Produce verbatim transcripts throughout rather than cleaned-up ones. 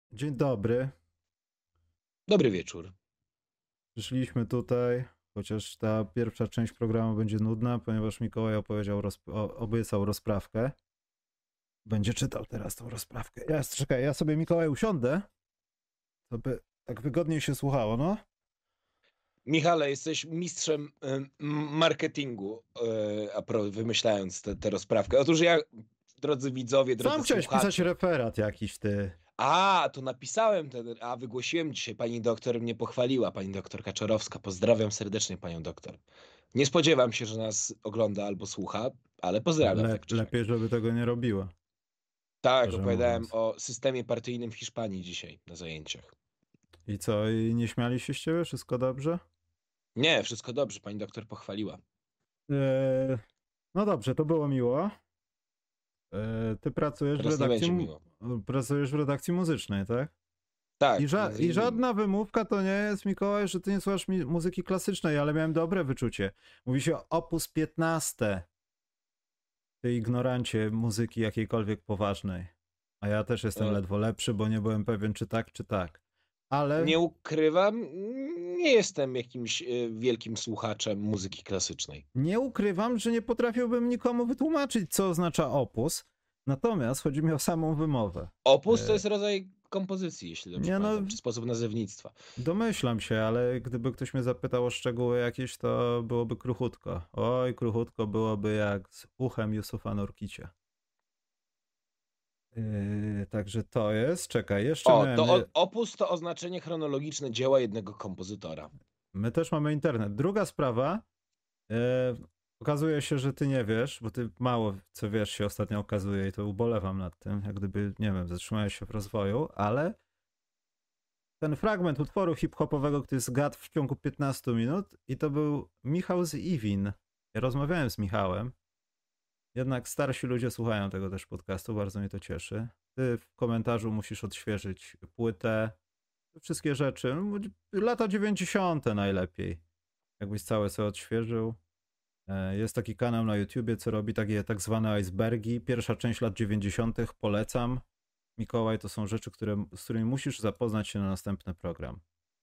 Dzień dobry. Dobry wieczór. Przyszliśmy tutaj, chociaż ta pierwsza część programu będzie nudna, ponieważ Mikołaj opowiedział, rozp- o- obiecał rozprawkę. Będzie czytał teraz tą rozprawkę. Ja, czekaj, ja sobie Mikołaj usiądę, żeby tak wygodniej się słuchało, no. Michale, jesteś mistrzem y, marketingu, y, a pro, wymyślając tę rozprawkę. Otóż ja, drodzy widzowie, drodzy Sam chciałeś pisać słuchacze. referat jakiś, ty. A, to napisałem ten, a wygłosiłem dzisiaj. Pani doktor mnie pochwaliła, pani doktor Kaczorowska. Pozdrawiam serdecznie panią doktor. Nie spodziewam się, że nas ogląda albo słucha, ale pozdrawiam Le- tak czy siak. lepiej, żeby tego nie robiła. Tak, Szczerze opowiadałem mówiąc. o systemie partyjnym w Hiszpanii dzisiaj na zajęciach. I co, i nie śmiali się z ciebie? Wszystko dobrze? Nie, wszystko dobrze, pani doktor pochwaliła. Eee, no dobrze, to było miło. Eee, ty pracujesz w Teraz nie redakcji, będzie mu- miło. pracujesz w redakcji muzycznej, tak? Tak, I, ża między I innymi. żadna wymówka to nie jest, Mikołaj, że ty nie słuchasz mi muzyki klasycznej, ale miałem dobre wyczucie. Mówi się opus piętnaście. Ty ignorancie muzyki jakiejkolwiek poważnej. A ja też jestem E, ledwo lepszy, bo nie byłem pewien, czy tak, czy tak. Ale Nie ukrywam, nie jestem jakimś y, wielkim słuchaczem muzyki klasycznej. nie ukrywam, że nie potrafiłbym nikomu wytłumaczyć, co oznacza opus. Natomiast chodzi mi o samą wymowę. Opus to E, jest rodzaj kompozycji, jeśli dobrze nie no, pamiętam, czy sposób nazewnictwa. domyślam się, ale gdyby ktoś mnie zapytał o szczegóły jakieś, to byłoby kruchutko. Oj, kruchutko byłoby jak z uchem Yusufa Nurkicia. Yy, także to jest. Czekaj, jeszcze O, miałem. to o, opus to oznaczenie chronologiczne dzieła jednego kompozytora. My też mamy internet. Druga sprawa. Yy, okazuje się, że ty nie wiesz, bo ty mało co wiesz się ostatnio okazuje i to ubolewam nad tym, jak gdyby, nie wiem, zatrzymałeś się w rozwoju, ale ten fragment utworu hip-hopowego, który zgadł w ciągu piętnastu minut i to był Michał z Iwin. Ja rozmawiałem z Michałem. Jednak starsi ludzie słuchają tego też podcastu, bardzo mnie to cieszy. Ty w komentarzu musisz odświeżyć płytę, wszystkie rzeczy. Lata dziewięćdziesiąte najlepiej. Jakbyś całe sobie odświeżył. Jest taki kanał na YouTubie, co robi takie tak zwane icebergi. Pierwsza część lat dziewięćdziesiątych polecam. Mikołaj, to są rzeczy, które, z którymi musisz zapoznać się na następny program.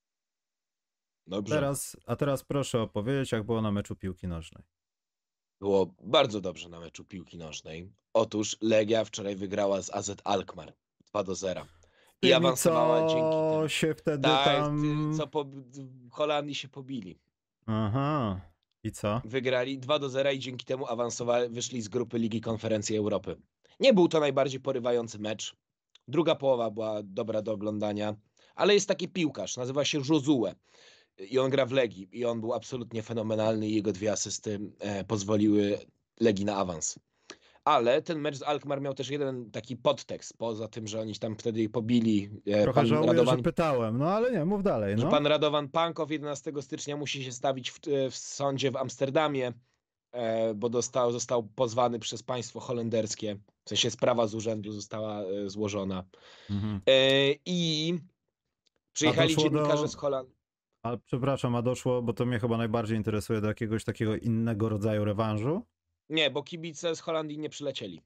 Dobrze. Teraz, a teraz proszę opowiedzieć, jak było na meczu piłki nożnej. Było bardzo dobrze na meczu piłki nożnej. Otóż Legia wczoraj wygrała z A Z Alkmaar dwa do zera. I Tymi, awansowała dzięki co temu. się wtedy Tak, ty- tam... co po w Holandii się pobili. Aha. I co? Wygrali dwa do zera i dzięki temu awansowali, wyszli z grupy Ligi Konferencji Europy. Nie był to najbardziej porywający mecz. Druga połowa była dobra do oglądania, ale jest taki piłkarz, nazywa się Josue i on gra w Legii i on był absolutnie fenomenalny i jego dwie asysty e, pozwoliły Legii na awans. Ale ten mecz z Alkmaar miał też jeden taki podtekst, poza tym, że oni tam wtedy ich pobili. E, Trochę pan żałuję, że Radovan pytałem, no ale nie, mów dalej, że no. pan Radovan Pankow jedenastego stycznia musi się stawić w, w sądzie w Amsterdamie, e, bo dostał, został pozwany przez państwo holenderskie, w sensie sprawa z urzędu została e, złożona. Mhm. E, I A przyjechali doszło dziennikarze do... z Holandii. Ale przepraszam, a doszło, bo to mnie chyba najbardziej interesuje, do jakiegoś takiego innego rodzaju rewanżu? Nie, bo kibice z Holandii nie przylecieli.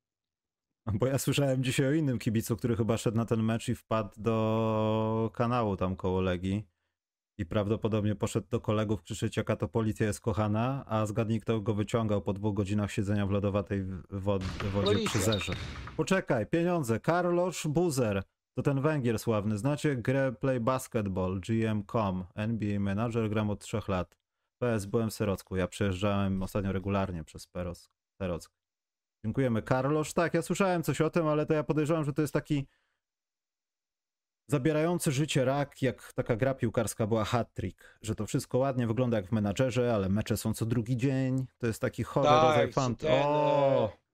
Bo ja słyszałem dzisiaj o innym kibicu, który chyba szedł na ten mecz i wpadł do kanału tam koło Legii. I prawdopodobnie poszedł do kolegów krzyczeć, jaka to policja jest kochana, a zgadnij, kto go wyciągał po dwóch godzinach siedzenia w lodowatej wod wodzie Policja. przy zerze. Poczekaj, pieniądze. Carlos Buzer. To ten Węgier sławny. Znacie grę Play Basketball, G M kropka com, N B A Manager, gram od trzech lat. P S, byłem w Serocku. Ja przejeżdżałem ostatnio regularnie przez Peros, Serock. Dziękujemy. Carlos, tak, ja słyszałem coś o tym, ale to ja podejrzewam, że to jest taki zabierający życie rak, jak taka gra piłkarska była hat-trick, że to wszystko ładnie wygląda jak w menadżerze, ale mecze są co drugi dzień. To jest taki chory rodzaj Tak, fant. ten... O, E...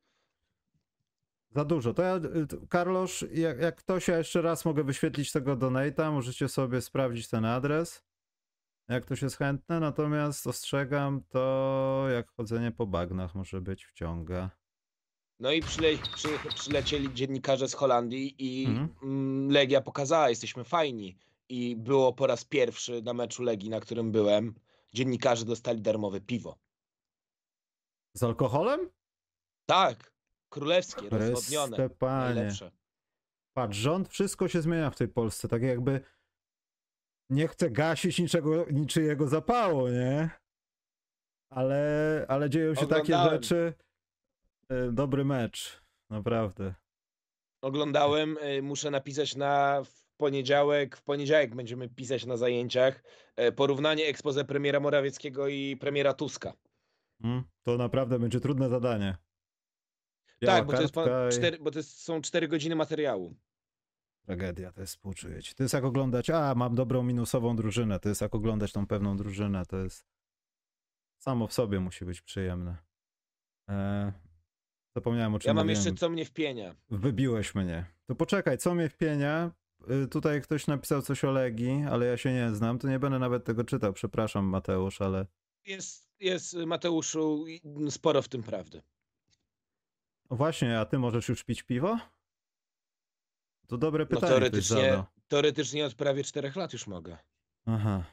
za dużo. To ja, Karlosz, jak, jak ktoś, ja jeszcze raz mogę wyświetlić tego donate'a, możecie sobie sprawdzić ten adres, jak ktoś jest chętny, natomiast ostrzegam, to jak chodzenie po bagnach może być wciąga. No i przyle, przy, przylecieli dziennikarze z Holandii i Mhm. mm, Legia pokazała, jesteśmy fajni. I było po raz pierwszy na meczu Legii, na którym byłem, dziennikarze dostali darmowe piwo. Z alkoholem? Tak, królewskie, rozwodnione, Chryste Panie. najlepsze. patrz, rząd, wszystko się zmienia w tej Polsce, tak jakby nie chce gasić niczego, niczyjego zapału, nie? Ale, ale dzieją się takie Oglądałem. rzeczy. Dobry mecz, naprawdę. Oglądałem, muszę napisać na w poniedziałek, w poniedziałek będziemy pisać na zajęciach porównanie expose premiera Morawieckiego i premiera Tuska. Hmm, to naprawdę będzie trudne zadanie. Biała tak, bo to, jest kartka i... cztery, bo to jest, są cztery godziny materiału. Tragedia, to jest współczuję ci. To jest jak oglądać, a mam dobrą minusową drużynę, to jest jak oglądać tą pewną drużynę, to jest samo w sobie musi być przyjemne. Eee, zapomniałem o czym Ja mam mówiłem. jeszcze co mnie wpienia. Wybiłeś mnie. To poczekaj, co mnie wpienia? Yy, tutaj ktoś napisał coś o Legii, ale ja się nie znam, to nie będę nawet tego czytał, przepraszam Mateusz, ale... Jest, jest Mateuszu, sporo w tym prawdy. Właśnie, a ty możesz już pić piwo? To dobre No pytanie ktoś zadał. teoretycznie, teoretycznie od prawie czterech lat już mogę. Aha.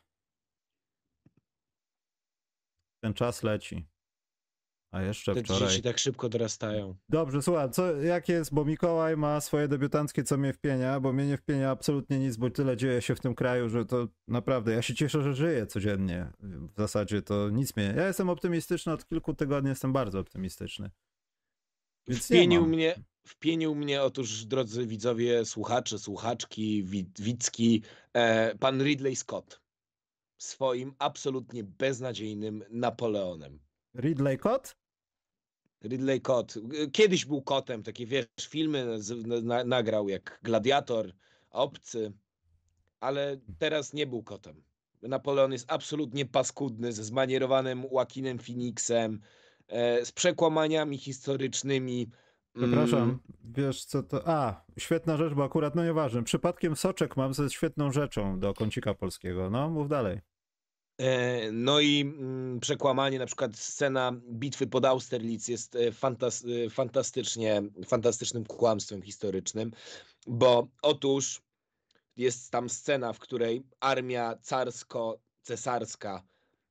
Ten czas leci. A jeszcze Te wczoraj... dzieci tak szybko dorastają. Dobrze, słuchaj, co, jak jest, bo Mikołaj ma swoje debiutanckie, co mnie wpienia, bo mnie nie wpienia absolutnie nic, bo tyle dzieje się w tym kraju, że to naprawdę, ja się cieszę, że żyję codziennie. W zasadzie to nic mnie... Ja jestem optymistyczny, od kilku tygodni jestem bardzo optymistyczny. Więc Wpienił mnie, wpienił mnie, otóż drodzy widzowie, słuchacze, słuchaczki, wid, widzki, e, pan Ridley Scott swoim absolutnie beznadziejnym Napoleonem. Ridley Scott? Ridley Scott. Kiedyś był kotem, takie wiesz, filmy z, na, nagrał jak Gladiator, Obcy, ale teraz nie był kotem. Napoleon jest absolutnie paskudny, ze zmanierowanym Joaquinem Phoenixem, e, z przekłamaniami historycznymi. Przepraszam, Mm, wiesz co to... A, świetna rzecz, bo akurat, no nieważne, przypadkiem soczek mam ze świetną rzeczą do kącika polskiego. No, mów dalej. e, no i mm, przekłamanie, na przykład scena bitwy pod Austerlitz jest e, fantas e, fantastycznie, fantastycznym kłamstwem historycznym, bo otóż jest tam scena, w której armia carsko-cesarska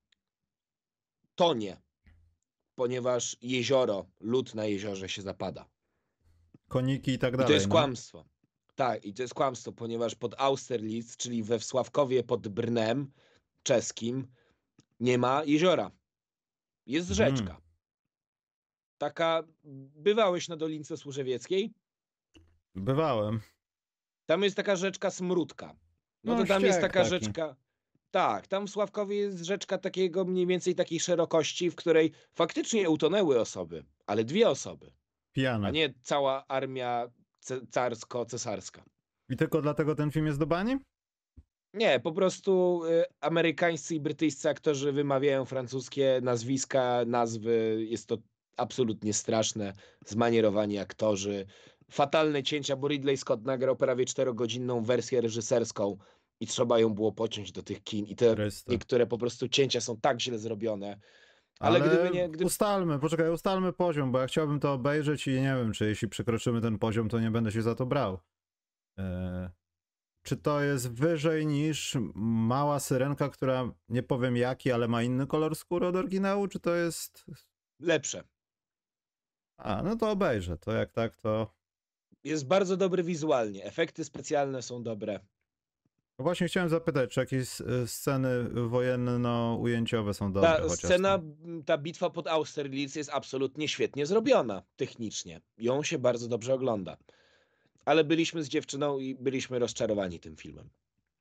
tonie, ponieważ jezioro, lód na jeziorze się zapada. Koniki i tak I dalej, to jest no. kłamstwo. Tak, i to jest kłamstwo, ponieważ pod Austerlitz, czyli we Wsławkowie pod Brnem czeskim, nie ma jeziora. Jest rzeczka. Hmm. Taka, bywałeś na Dolince Służewieckiej? Bywałem. Tam jest taka rzeczka Smródka. No, No, to tam jest ściek taka taki. rzeczka... Tak, tam w Sławkowie jest rzeczka takiego mniej więcej takiej szerokości, w której faktycznie utonęły osoby, ale dwie osoby, a Pijane. nie cała armia ce- carsko-cesarska. I tylko dlatego ten film jest do bani? Nie, po prostu y, amerykańscy i brytyjscy aktorzy wymawiają francuskie nazwiska, nazwy. Jest to absolutnie straszne. Zmanierowani aktorzy. Fatalne cięcia, bo Ridley Scott nagrał prawie czterogodzinną wersję reżyserską i trzeba ją było pociąć do tych kin. I te Chryste. niektóre po prostu cięcia są tak źle zrobione. Ale, Ale gdyby nie... Gdyby... ustalmy, poczekaj, ustalmy poziom, bo ja chciałbym to obejrzeć i nie wiem, czy jeśli przekroczymy ten poziom, to nie będę się za to brał. Eee, czy to jest wyżej niż Mała Syrenka, która nie powiem jaki, ale ma inny kolor skóry od oryginału, czy to jest... Lepsze. A, no to obejrzę, to jak tak, to... Jest bardzo dobry wizualnie. Efekty specjalne są dobre. No właśnie chciałem zapytać, czy jakieś s- sceny wojenno-ujęciowe są dobre Ta chociaż scena, tam. ta bitwa pod Austerlitz jest absolutnie świetnie zrobiona technicznie. Ją się bardzo dobrze ogląda. Ale byliśmy z dziewczyną i byliśmy rozczarowani tym filmem.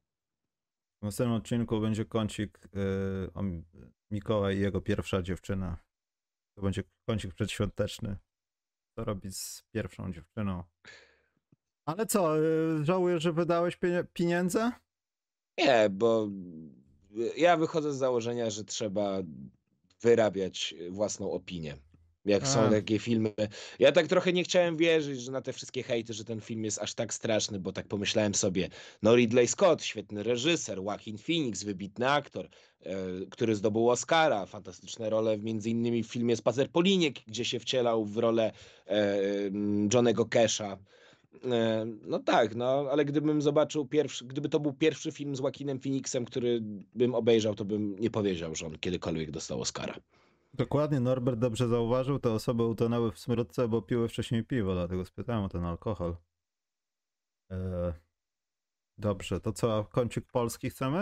W następnym odcinku będzie kącik yy, o Mi- Mikołaj i jego pierwsza dziewczyna. To będzie kącik przedświąteczny. Co robić z pierwszą dziewczyną? Ale co, yy, żałujesz, że wydałeś pienie- pieniądze? Nie, bo ja wychodzę z założenia, że trzeba wyrabiać własną opinię. Jak A. są takie filmy. Ja tak trochę nie chciałem wierzyć, że na te wszystkie hejty, że ten film jest aż tak straszny, bo tak pomyślałem sobie, no Ridley Scott, świetny reżyser, Joaquin Phoenix, wybitny aktor, e, który zdobył Oscara, fantastyczne role między innymi w filmie Spacer po linie, gdzie się wcielał w rolę e, Johnego Casha. E, no tak, no, ale gdybym zobaczył pierwszy, gdyby to był pierwszy film z Joaquinem Phoenixem, który bym obejrzał, to bym nie powiedział, że on kiedykolwiek dostał Oscara. Dokładnie, Norbert dobrze zauważył, te osoby utonęły w smrodce, bo piły wcześniej piwo, dlatego spytałem o ten alkohol. E, dobrze, to co, kącik polski chcemy?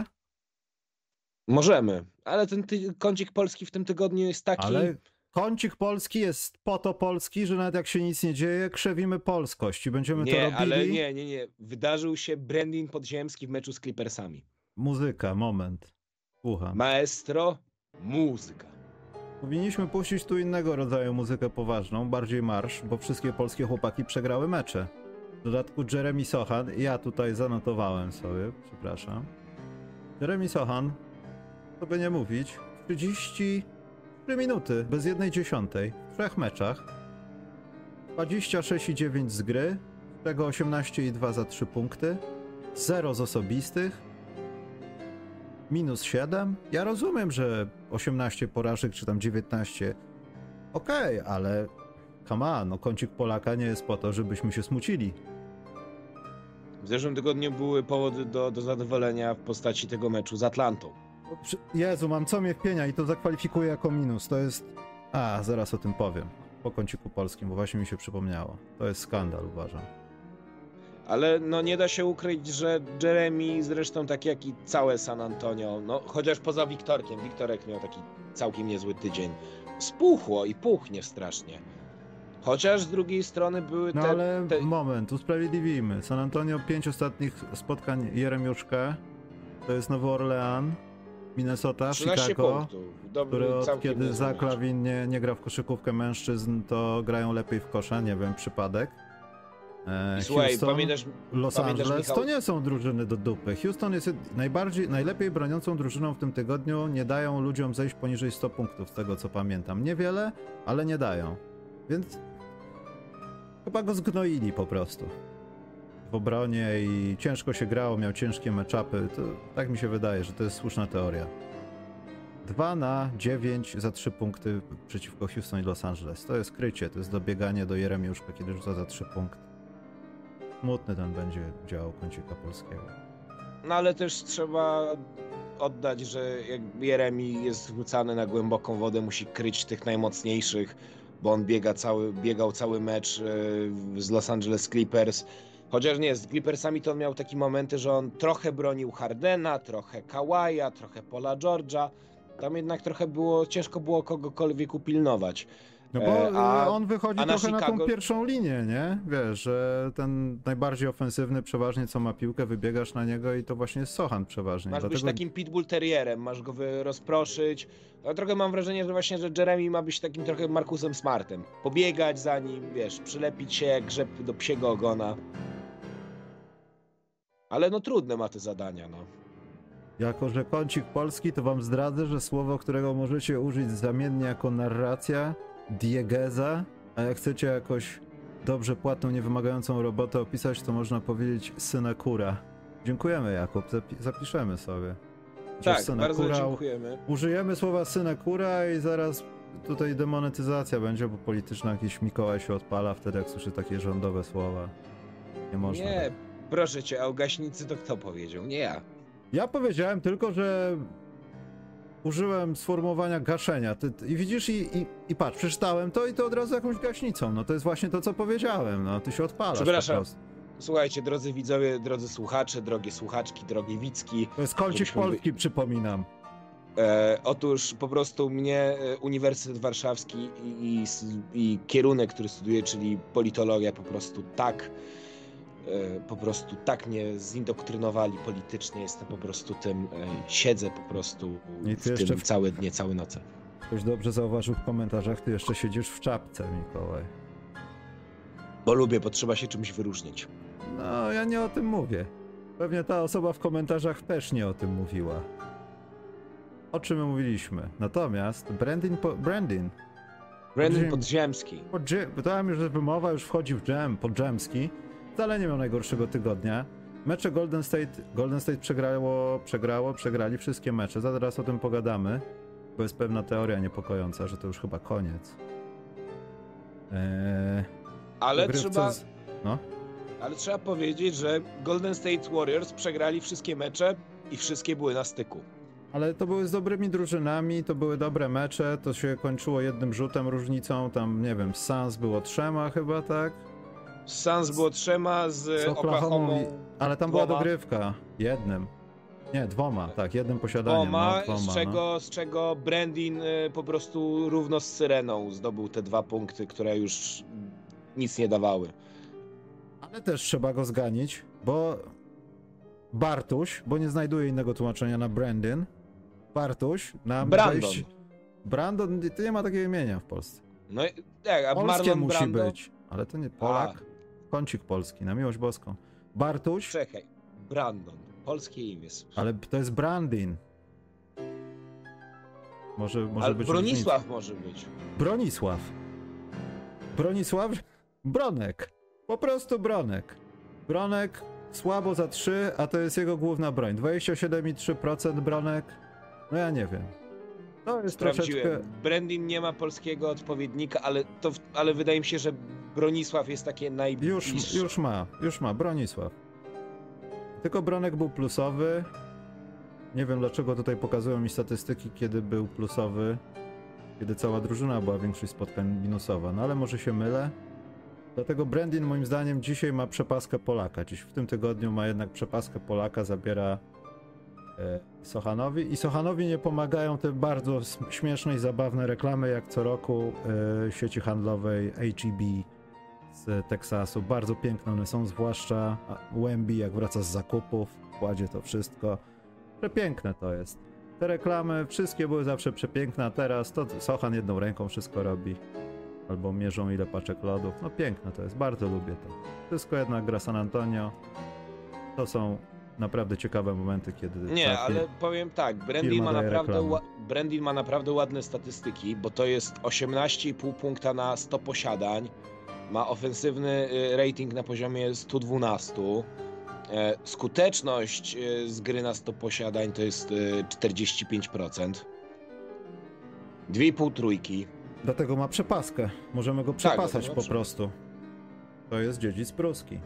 Możemy, ale ten ty- kącik polski w tym tygodniu jest taki... Ale kącik polski jest po to polski, że nawet jak się nic nie dzieje, krzewimy polskość i będziemy Nie, to robili. ale nie, nie, nie. Wydarzył się Brandin Podziemski w meczu z Clippersami. Muzyka, moment. Słucham. Maestro, muzyka. Powinniśmy puścić tu innego rodzaju muzykę poważną, bardziej marsz, bo wszystkie polskie chłopaki przegrały mecze. W dodatku Jeremy Sochan, ja tutaj zanotowałem sobie, przepraszam. Jeremy Sochan, to by nie mówić, trzydzieści trzy minuty, bez jednej dziesiątej, w trzech meczach. dwadzieścia sześć i dziewięć z gry, z tego osiemnaście i dwa za trzy punkty, zero z osobistych, minus siedem. Ja rozumiem, że osiemnaście porażek, czy tam dziewiętnaście. Okej, okay, ale come on, no kącik Polaka nie jest po to, żebyśmy się smucili. W zeszłym tygodniu były powody do, do zadowolenia w postaci tego meczu z Atlantą. Jezu, mam co mnie wpienia i to zakwalifikuję jako minus. To jest... A, zaraz o tym powiem. Po kąciku polskim, bo właśnie mi się przypomniało. To jest skandal, uważam. Ale no nie da się ukryć, że Jeremy, zresztą tak jak i całe San Antonio, no chociaż poza Wiktorkiem, Wiktorek miał taki całkiem niezły tydzień, spuchło i puchnie strasznie. Chociaż z drugiej strony były te... No ale te... moment, usprawiedliwimy. San Antonio, pięć ostatnich spotkań Jeremiuszkę, to jest Nowy Orlean, Minnesota, Chicago, punktów. Dobry, które od kiedy mecz. Zach Lavin nie, nie gra w koszykówkę mężczyzn, to grają lepiej w kosza, nie wiem, przypadek. E, Słuchaj, Houston, pamiętasz, Los pamiętasz, Angeles, Michał... to nie są drużyny do dupy. Houston jest najbardziej, najlepiej broniącą drużyną w tym tygodniu, nie dają ludziom zejść poniżej stu punktów, z tego co pamiętam. Niewiele, ale nie dają. Więc chyba go zgnoili po prostu w obronie i ciężko się grało, miał ciężkie matchupy. To tak mi się wydaje, że to jest słuszna teoria. dwa na dziewięć za trzy punkty przeciwko Houston i Los Angeles. To jest krycie, to jest dobieganie do Jeremiuszka, kiedy rzuca za trzy punkty. Smutny ten będzie działał kącika polskiego. No ale też trzeba oddać, że jak Jeremy jest wrzucany na głęboką wodę, musi kryć tych najmocniejszych, bo on biega cały, biegał cały mecz z Los Angeles Clippers. Chociaż nie, z Clippersami to on miał takie momenty, że on trochę bronił Hardena, trochę Kawaja, trochę Paula George'a. Tam jednak trochę było, ciężko było kogokolwiek upilnować. No bo a, on wychodzi a na trochę Chicago... na tą pierwszą linię, nie? Wiesz, że ten najbardziej ofensywny przeważnie co ma piłkę, wybiegasz na niego i to właśnie jest Sochan przeważnie. Masz Dlatego... być takim pitbull terrierem, masz go rozproszyć. No, trochę mam wrażenie, że właśnie, że Jeremy ma być takim trochę Marcusem Smartem. Pobiegać za nim, wiesz, przylepić się jak grzeb do psiego ogona. Ale no trudne ma te zadania, no. Jako że kącik polski, to wam zdradzę, że słowo, którego możecie użyć zamiennie jako narracja, diegeza, a jak chcecie jakoś dobrze płatną, niewymagającą robotę opisać, to można powiedzieć synekura. Dziękujemy, Jakub, Zapi zapiszemy sobie. Chociaż tak, bardzo dziękujemy. Użyjemy słowa synekura i zaraz tutaj demonetyzacja będzie, bo polityczna jakiś Mikołaj się odpala wtedy, jak słyszy takie rządowe słowa. Nie można. Nie, tak. Proszę cię, a o gaśnicy to kto powiedział? Nie ja. Ja powiedziałem tylko, że użyłem sformułowania gaszenia. Ty, ty, I widzisz, i, i, i patrz, przeczytałem to i to od razu jakąś gaśnicą. No to jest właśnie to, co powiedziałem. No ty się odpalasz. Przepraszam. Słuchajcie, drodzy widzowie, drodzy słuchacze, drogie słuchaczki, drogie widzki. To jest kącik żebyśmy... polski, przypominam. E, otóż po prostu mnie e, Uniwersytet Warszawski i, i, i kierunek, który studiuję, czyli politologia, po prostu tak e, po prostu tak mnie zindoktrynowali politycznie, jestem po prostu tym, e, siedzę po prostu I w ty tym w... całe dnie, całe noce. Ktoś dobrze zauważył w komentarzach, ty jeszcze siedzisz w czapce, Mikołaj. Bo lubię, bo trzeba się czymś wyróżnić. No, ja nie o tym mówię. Pewnie ta osoba w komentarzach też nie o tym mówiła. O czym my mówiliśmy? Natomiast Brandin... Po... Brandin... Brandin Podziemski. Podzi... Tam już wymowa, już wchodzi w jam, Podziemski. Wcale nie miał najgorszego tygodnia. Mecze Golden State... Golden State przegrało, przegrało, przegrali wszystkie mecze. Zaraz o tym pogadamy, bo jest pewna teoria niepokojąca, że to już chyba koniec. Eee... Ale trzeba... Z... No? Ale trzeba powiedzieć, że Golden State Warriors przegrali wszystkie mecze i wszystkie były na styku. Ale to były z dobrymi drużynami, to były dobre mecze, to się kończyło jednym rzutem różnicą, tam nie wiem, z Suns było trzema chyba, tak? Z Suns było trzema, z, z Oklahomą, Oklahomą ale tam była dwoma. dogrywka. Jednym. Nie, dwoma, tak, jednym posiadaniem. Dwoma, no, dwoma z, czego, no. z czego Brandin y, po prostu równo z Syreną zdobył te dwa punkty, które już nic nie dawały. Ale też trzeba go zganić, bo Bartuś, bo nie znajduję innego tłumaczenia na Brandon. Bartuś nam Brandon. dwadzieścia Brandon, to nie ma takiego imienia w Polsce. No tak, a Polskie Marlon musi Brando... być, ale to nie Polak. Kącik polski, na miłość boską. Bartuś, Czekaj, Brandon, polskie imię. ale to jest Brandin. Może, może Ale być Bronisław różnica. może być. Bronisław. Bronisław Bronek. Po prostu Bronek. Bronek słabo za trzy, a to jest jego główna broń. dwadzieścia siedem i trzy procent Bronek. No ja nie wiem. To jest Sprawdziłem. troszeczkę... Brandin nie ma polskiego odpowiednika, ale, to, ale wydaje mi się, że Bronisław jest takie najbliższe. Już, już ma, już ma, Bronisław. Tylko Bronek był plusowy. Nie wiem dlaczego tutaj pokazują mi statystyki, kiedy był plusowy, kiedy cała drużyna była większość spotkań minusowa, no ale może się mylę. Dlatego Brandin moim zdaniem dzisiaj ma przepaskę Polaka. Dziś w tym tygodniu ma jednak przepaskę Polaka, zabiera e, Sochanowi i Sochanowi nie pomagają te bardzo śmieszne i zabawne reklamy jak co roku e, sieci handlowej H E B z Teksasu. Bardzo piękne one są, zwłaszcza Wemby jak wraca z zakupów, kładzie to wszystko. Przepiękne to jest. Te reklamy wszystkie były zawsze przepiękne, a teraz to Sochan jedną ręką wszystko robi. Albo mierzą ile paczek lodów. No piękne to jest, bardzo lubię to. Wszystko jednak gra San Antonio. To są naprawdę ciekawe momenty, kiedy... Nie, takie ale powiem tak, Brandin firma ma, daje naprawdę, reklamy. ła- Brandin ma naprawdę ładne statystyki, bo to jest osiemnaście i pół punkta na sto posiadań, ma ofensywny y, rating na poziomie sto dwanaście, e, skuteczność y, z gry na sto posiadań to jest y, czterdzieści pięć procent, dwie i pół trójki. Dlatego ma przepaskę. Możemy go Tak, przepasać dlatego po ma prostu. To jest dziedzic pruski.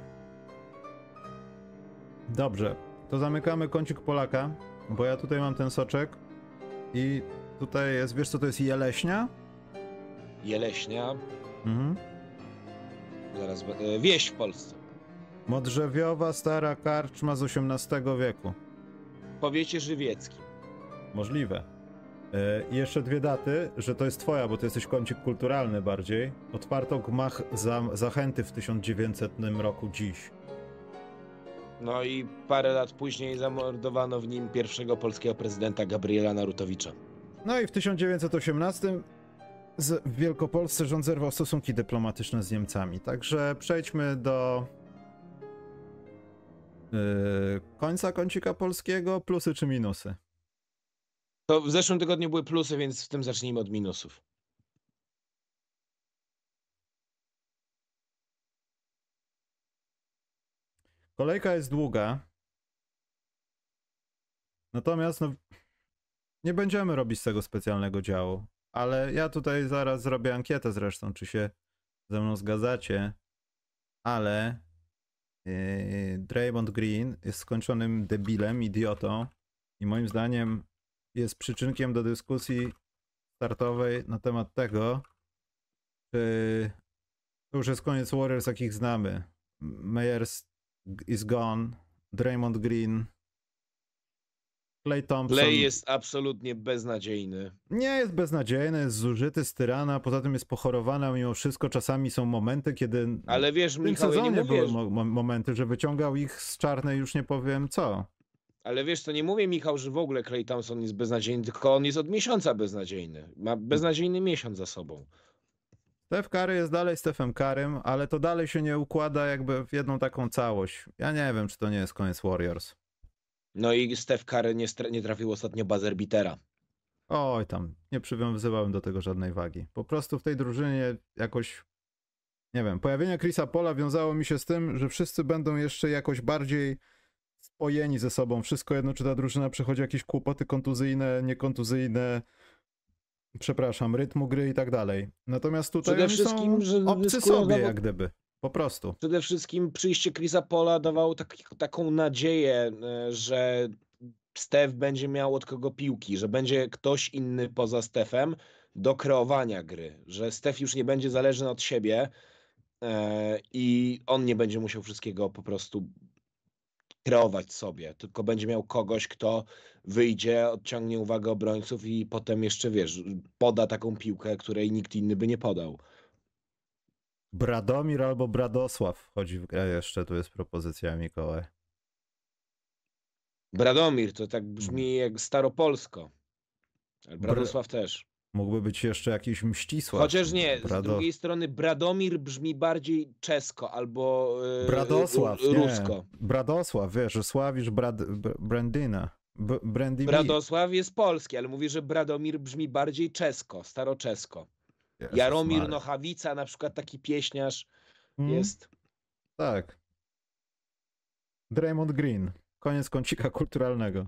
Dobrze, to zamykamy kącik Polaka, bo ja tutaj mam ten soczek i tutaj jest, wiesz co to jest jeleśnia? Jeleśnia, Mhm. zaraz, be- e, wieś w Polsce. Modrzewiowa stara karczma z osiemnastego wieku. W powiecie żywieckim. Możliwe. E, I jeszcze dwie daty, że to jest twoja, bo to jesteś kącik kulturalny bardziej. Otwarto gmach za, Zachęty w tysiąc dziewięćsetnym roku dziś. No i parę lat później zamordowano w nim pierwszego polskiego prezydenta Gabriela Narutowicza. No i w tysiąc dziewięćset osiemnastym z, w Wielkopolsce rząd zerwał stosunki dyplomatyczne z Niemcami. Także przejdźmy do yy, końca kącika polskiego. Plusy czy minusy? To w zeszłym tygodniu były plusy, więc w tym zacznijmy od minusów. Kolejka jest długa. Natomiast no, nie będziemy robić z tego specjalnego działu. Ale ja tutaj zaraz zrobię ankietę zresztą, czy się ze mną zgadzacie. Ale yy, Draymond Green jest skończonym debilem, idiotą i moim zdaniem jest przyczynkiem do dyskusji startowej na temat tego, czy to już jest koniec Warriors, jakich znamy. Meyers is gone, Draymond Green, Klay Thompson. Klay jest absolutnie beznadziejny. Nie jest beznadziejny, jest zużyty z tyrana, poza tym jest pochorowany, a mimo wszystko czasami są momenty, kiedy Ale wiesz, w tym Michał, ja nie sezonie mówię, były że- mo- mo- momenty, że wyciągał ich z czarnej, już nie powiem co. ale wiesz, to nie mówię, Michał, że w ogóle Klay Thompson jest beznadziejny, tylko on jest od miesiąca beznadziejny. Ma beznadziejny miesiąc za sobą. Steph Curry jest dalej Stephem Currym, ale to dalej się nie układa jakby w jedną taką całość. Ja nie wiem, czy to nie jest koniec Warriors. No i Steph Curry nie, stra- nie trafił ostatnio buzzer beatera. Oj tam, nie przywiązywałem do tego żadnej wagi. Po prostu w tej drużynie jakoś, nie wiem, pojawienie Chrisa Paula wiązało mi się z tym, że wszyscy będą jeszcze jakoś bardziej spojeni ze sobą. Wszystko jedno, czy ta drużyna przechodzi jakieś kłopoty kontuzyjne, niekontuzyjne, przepraszam, rytmu gry i tak dalej. Natomiast tutaj Przede oni wszystkim, są że obcy dyskują sobie nawet- jak gdyby. Po prostu. Przede wszystkim przyjście Chrisa Paula dawało tak, taką nadzieję, e, że Steph będzie miał od kogo piłki, że będzie ktoś inny poza Stephem do kreowania gry, że Steph już nie będzie zależny od siebie e, i on nie będzie musiał wszystkiego po prostu kreować sobie, tylko będzie miał kogoś, kto wyjdzie, odciągnie uwagę obrońców i potem jeszcze, wiesz, poda taką piłkę, której nikt inny by nie podał. Bradomir albo Bradosław wchodzi w grę jeszcze, tu jest propozycja Mikołaj. Bradomir to tak brzmi jak staropolsko. Ale Br- Bradosław też. Mógłby być jeszcze jakiś Mścisław. Chociaż nie, z Brado... drugiej strony Bradomir brzmi bardziej czesko albo yy, Bradosław, ru- nie. rusko. Bradosław, wiesz, że sławisz Brad... Br- Brandyna. B- Brandimir. Bradosław jest polski, ale mówi, że Bradomir brzmi bardziej czesko, staroczesko. Jezus Jaromir Maria. Nochawica, na przykład taki pieśniarz Hmm? jest. Tak. Draymond Green. Koniec kącika kulturalnego.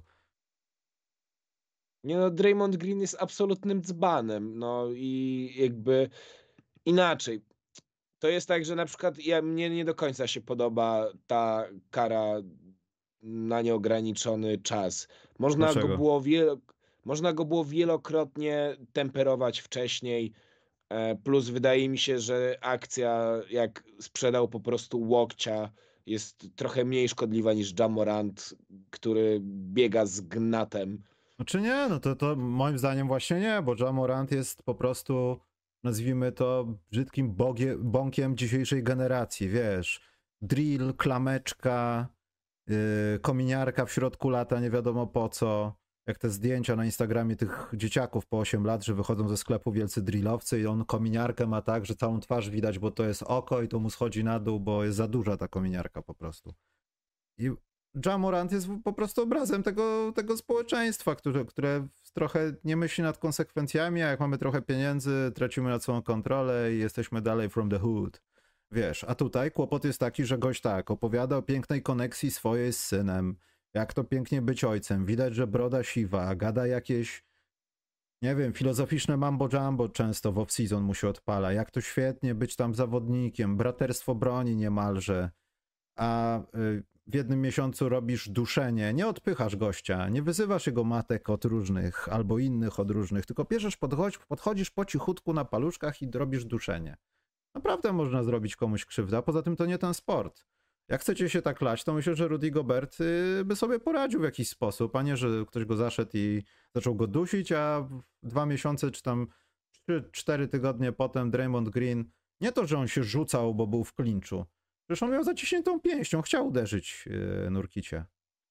Nie no, Draymond Green jest absolutnym dzbanem, no i jakby inaczej. To jest tak, że na przykład ja, mnie nie do końca się podoba ta kara na nieograniczony czas. Można go Dlaczego? było wielo, można go było wielokrotnie temperować wcześniej, e, plus wydaje mi się, że akcja jak sprzedał po prostu łokcia jest trochę mniej szkodliwa niż Ja Morant, który biega z gnatem. Znaczy nie, no to, to moim zdaniem właśnie nie, bo Ja Morant jest po prostu, nazwijmy to, brzydkim bogie, bąkiem dzisiejszej generacji, wiesz. Drill, klameczka, yy, kominiarka w środku lata, nie wiadomo po co. Jak te zdjęcia na Instagramie tych dzieciaków po osiem lat, że wychodzą ze sklepu wielcy drillowcy i on kominiarkę ma tak, że całą twarz widać, bo to jest oko i to mu schodzi na dół, bo jest za duża ta kominiarka po prostu. I Ja Morant jest po prostu obrazem tego, tego społeczeństwa, które, które trochę nie myśli nad konsekwencjami, a jak mamy trochę pieniędzy, tracimy nad sobą kontrolę i jesteśmy dalej from the hood. Wiesz, a tutaj kłopot jest taki, że gość tak, opowiada o pięknej koneksji swojej z synem, jak to pięknie być ojcem, widać, że broda siwa, gada jakieś, nie wiem, filozoficzne mambo jumbo często w off-season mu się odpala, jak to świetnie być tam zawodnikiem, braterstwo broni niemalże, a y, w jednym miesiącu robisz duszenie, nie odpychasz gościa, nie wyzywasz jego matek od różnych albo innych od różnych, tylko bierzesz, podchodź, podchodzisz po cichutku na paluszkach i robisz duszenie. Naprawdę można zrobić komuś krzywdę, a poza tym to nie ten sport. Jak chcecie się tak lać, to myślę, że Rudy Gobert y, by sobie poradził w jakiś sposób, a nie, że ktoś go zaszedł i zaczął go dusić, a dwa miesiące czy tam trzy, cztery tygodnie potem Draymond Green, nie to, że on się rzucał, bo był w klinczu, przecież on miał zaciśniętą pięścią, chciał uderzyć yy, Nurkicie.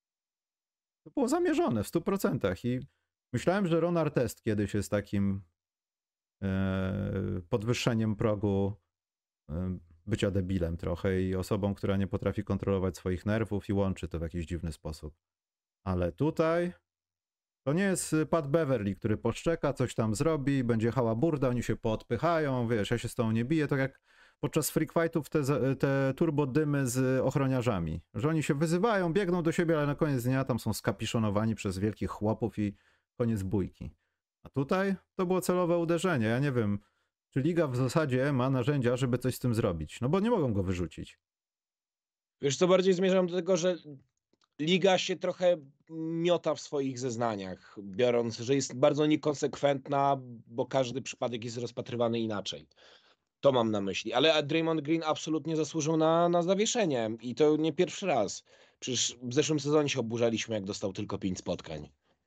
To było zamierzone w stu procentach i myślałem, że Ron Artest kiedyś jest takim yy, podwyższeniem progu yy, bycia debilem trochę i osobą, która nie potrafi kontrolować swoich nerwów i łączy to w jakiś dziwny sposób. Ale tutaj to nie jest Pat Beverly, który poszczeka, coś tam zrobi, będzie hałaburda, oni się poodpychają, wiesz, ja się z tą nie biję, tak jak podczas freak fightów te, te turbodymy z ochroniarzami, że oni się wyzywają, biegną do siebie, ale na koniec dnia tam są skapiszonowani przez wielkich chłopów i koniec bójki. A tutaj to było celowe uderzenie, ja nie wiem, czy liga w zasadzie ma narzędzia, żeby coś z tym zrobić, no bo nie mogą go wyrzucić. Wiesz co, bardziej zmierzam do tego, że liga się trochę miota w swoich zeznaniach, biorąc, że jest bardzo niekonsekwentna, bo każdy przypadek jest rozpatrywany inaczej. To mam na myśli. Ale Draymond Green absolutnie zasłużył na, na zawieszenie i to nie pierwszy raz. Przecież w zeszłym sezonie się oburzaliśmy, jak dostał tylko pięć spotkań.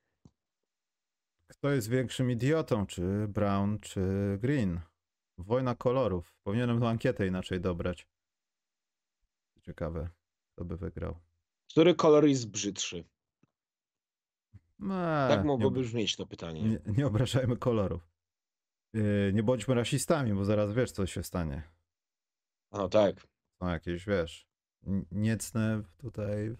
Kto jest większym idiotą, czy Brown, czy Green? Wojna kolorów. Powinienem tę ankietę inaczej dobrać. Ciekawe, kto by wygrał. Który kolor jest brzydszy? Eee, Tak nie, mogłoby brzmieć to pytanie. nie, nie obrażajmy kolorów. Yy, nie bądźmy rasistami, bo zaraz wiesz, co się stanie. No tak. Są jakieś, wiesz, n- niecne tutaj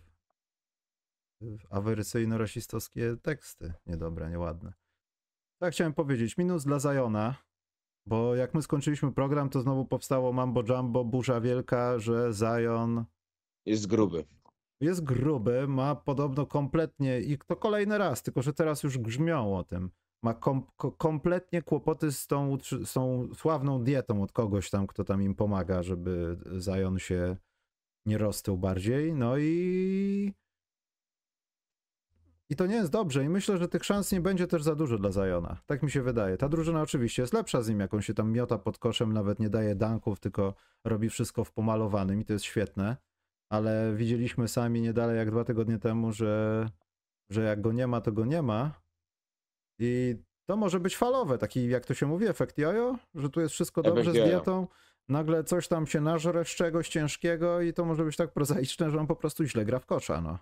awerycyjno-rasistowskie teksty. Niedobre, nieładne. Tak chciałem powiedzieć. Minus dla Ziona, bo jak my skończyliśmy program, to znowu powstało mambo jumbo, burza wielka, że Zion Jest gruby. jest gruby, ma podobno kompletnie, i to kolejny raz, tylko że teraz już grzmią o tym, ma kom, ko, kompletnie kłopoty z tą, z tą sławną dietą od kogoś tam, kto tam im pomaga, żeby Zion się nie roztył bardziej, no i i to nie jest dobrze i myślę, że tych szans nie będzie też za dużo dla Ziona. Tak mi się wydaje. Ta drużyna oczywiście jest lepsza z nim, jak on się tam miota pod koszem, nawet nie daje dunków, tylko robi wszystko w pomalowanym i to jest świetne. Ale widzieliśmy sami nie dalej jak dwa tygodnie temu, że, że jak go nie ma, to go nie ma. I to może być falowe, taki jak to się mówi, efekt jojo, że tu jest wszystko dobrze Efekt z jojo. dietą, nagle coś tam się nażre z czegoś ciężkiego i to może być tak prozaiczne, że on po prostu źle gra w kosza, no.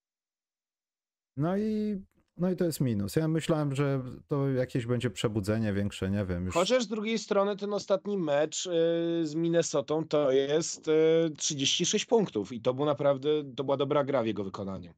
No i, no i to jest minus. Ja myślałem, że to jakieś będzie przebudzenie większe, nie wiem. Już... Chociaż z drugiej strony ten ostatni mecz y, z Minnesotą to jest y, trzydzieści sześć punktów i to był naprawdę, to była dobra gra w jego wykonaniu.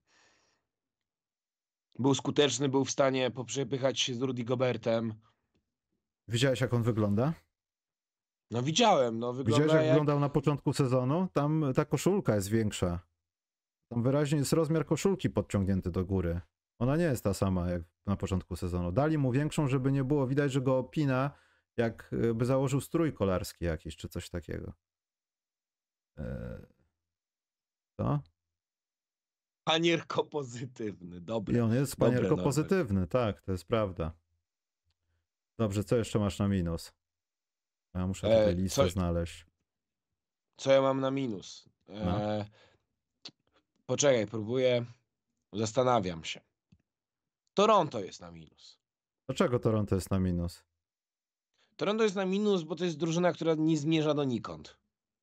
Był skuteczny, był w stanie poprzepychać się z Rudy Gobertem. Widziałeś, jak on wygląda? No widziałem, no wygląda Widziałeś, jak, jak... wyglądał na początku sezonu? Tam ta koszulka jest większa. Tam wyraźnie jest rozmiar koszulki podciągnięty do góry. Ona nie jest ta sama jak na początku sezonu. Dali mu większą, żeby nie było widać, że go opina, jakby założył strój kolarski jakiś, czy coś takiego. Eee... Co? Panierko pozytywny, dobry. I on jest Dobre, panierko Norbert. pozytywny, tak, to jest prawda. Dobrze, co jeszcze masz na minus? Ja muszę E, tutaj listę co- znaleźć. Co ja mam na minus? E, No. Poczekaj, próbuję, zastanawiam się. Toronto jest na minus. Dlaczego Toronto jest na minus? Toronto jest na minus, bo to jest drużyna, która nie zmierza donikąd.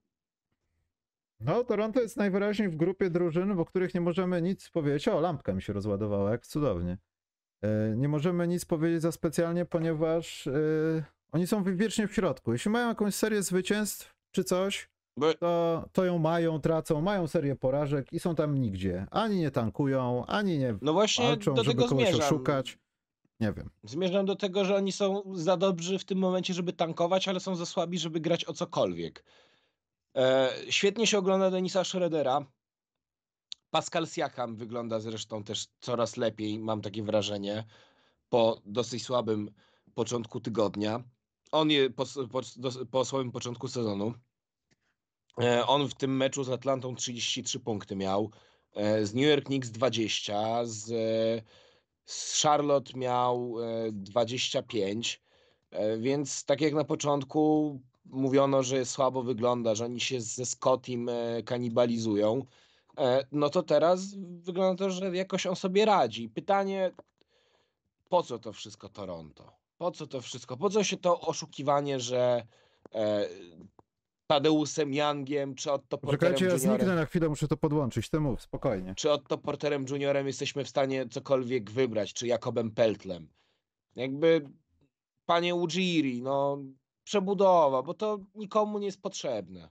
No, Toronto jest najwyraźniej w grupie drużyn, o których nie możemy nic powiedzieć. O, lampka mi się rozładowała, jak cudownie. E, Nie możemy nic powiedzieć za specjalnie, ponieważ e, oni są wiecznie w środku. Jeśli mają jakąś serię zwycięstw czy coś, Bo to, to ją mają, tracą, mają serię porażek i są tam nigdzie. Ani nie tankują, ani nie no właśnie walczą, do żeby tego kogoś zmierzam. oszukać. Nie wiem. Zmierzam do tego, że oni są za dobrzy w tym momencie, żeby tankować, ale są za słabi, żeby grać o cokolwiek. E, świetnie się ogląda Denisa Schrödera. Pascal Siakam wygląda zresztą też coraz lepiej, mam takie wrażenie, po dosyć słabym początku tygodnia. On je po, po, do, po słabym początku sezonu. E, on w tym meczu z Atlantą trzydzieści trzy punkty miał, e, z New York Knicks dwadzieścia, z, e, z Charlotte miał e, dwadzieścia pięć, e, więc tak jak na początku mówiono, że słabo wygląda, że oni się ze Scottim e, kanibalizują, e, no to teraz wygląda to, że jakoś on sobie radzi. Pytanie, po co to wszystko Toronto? Po co to wszystko? Po co się to oszukiwanie, że e, Tadeusem Youngiem, czy Otto Porterem Poczekajcie, ja zniknę Juniorem, na chwilę, muszę to podłączyć. Ty mów, spokojnie. czy Otto Porterem Juniorem jesteśmy w stanie cokolwiek wybrać, czy Jakobem Peltlem. Jakby, panie Ujiri, no przebudowa, bo to nikomu nie jest potrzebne.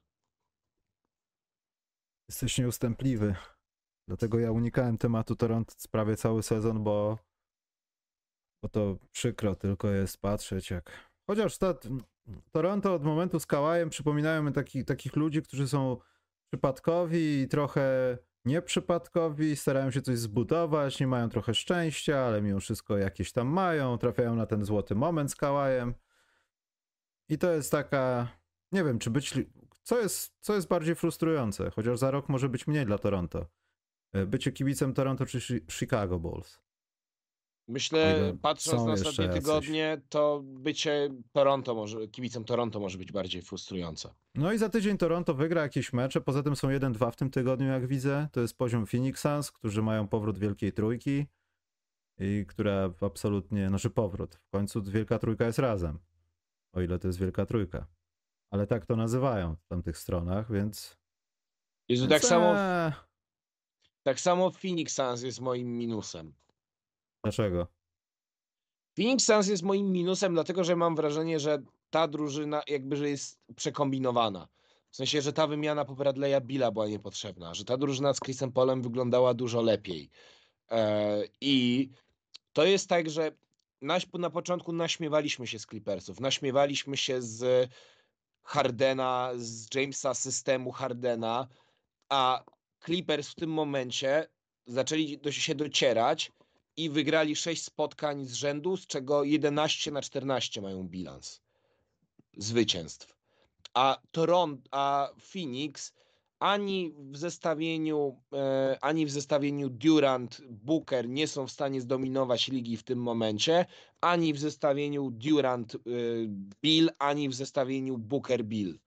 Jesteś nieustępliwy. Dlatego ja unikałem tematu Toronto prawie cały sezon, bo, bo to przykro tylko jest patrzeć jak... Chociaż ta, Toronto od momentu z Kałajem przypominają mi taki, takich ludzi, którzy są przypadkowi i trochę nieprzypadkowi, starają się coś zbudować, nie mają trochę szczęścia, ale mimo wszystko jakieś tam mają, trafiają na ten złoty moment z Kałajem. I to jest taka... Nie wiem, czy być... Co jest, co jest bardziej frustrujące? Chociaż za rok może być mniej dla Toronto. Bycie kibicem Toronto czy Chi- Chicago Bulls. O Myślę, ile patrząc są na jeszcze ostatnie jacyś. tygodnie, to bycie Toronto może, kibicem Toronto może być bardziej frustrujące. No i za tydzień Toronto wygra jakieś mecze, poza tym są jeden dwa w tym tygodniu, jak widzę. To jest poziom Phoenix Suns, którzy mają powrót Wielkiej Trójki i która absolutnie, znaczy powrót. W końcu Wielka Trójka jest razem, o ile to jest Wielka Trójka. Ale tak to nazywają w tamtych stronach, więc... Jezu, więc tak samo, eee, tak samo Phoenix Suns jest moim minusem. Dlaczego? Phoenix Suns jest moim minusem, dlatego że mam wrażenie, że ta drużyna jakby, że jest przekombinowana. W sensie, że ta wymiana po Bradley'a Billa była niepotrzebna, że ta drużyna z Chrisem Paulem wyglądała dużo lepiej. E, I to jest tak, że na, na początku naśmiewaliśmy się z Clippersów, naśmiewaliśmy się z Hardena, z Jamesa systemu Hardena, a Clippers w tym momencie zaczęli do, się docierać i wygrali sześć spotkań z rzędu, z czego jedenaście na czternaście mają bilans zwycięstw. A Toronto, a Phoenix ani w zestawieniu, e, ani w zestawieniu Durant, Booker nie są w stanie zdominować ligi w tym momencie, ani w zestawieniu Durant, e, Bill, ani w zestawieniu Booker, Bill.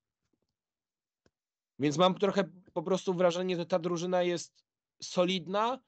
Więc mam trochę po prostu wrażenie, że ta drużyna jest solidna,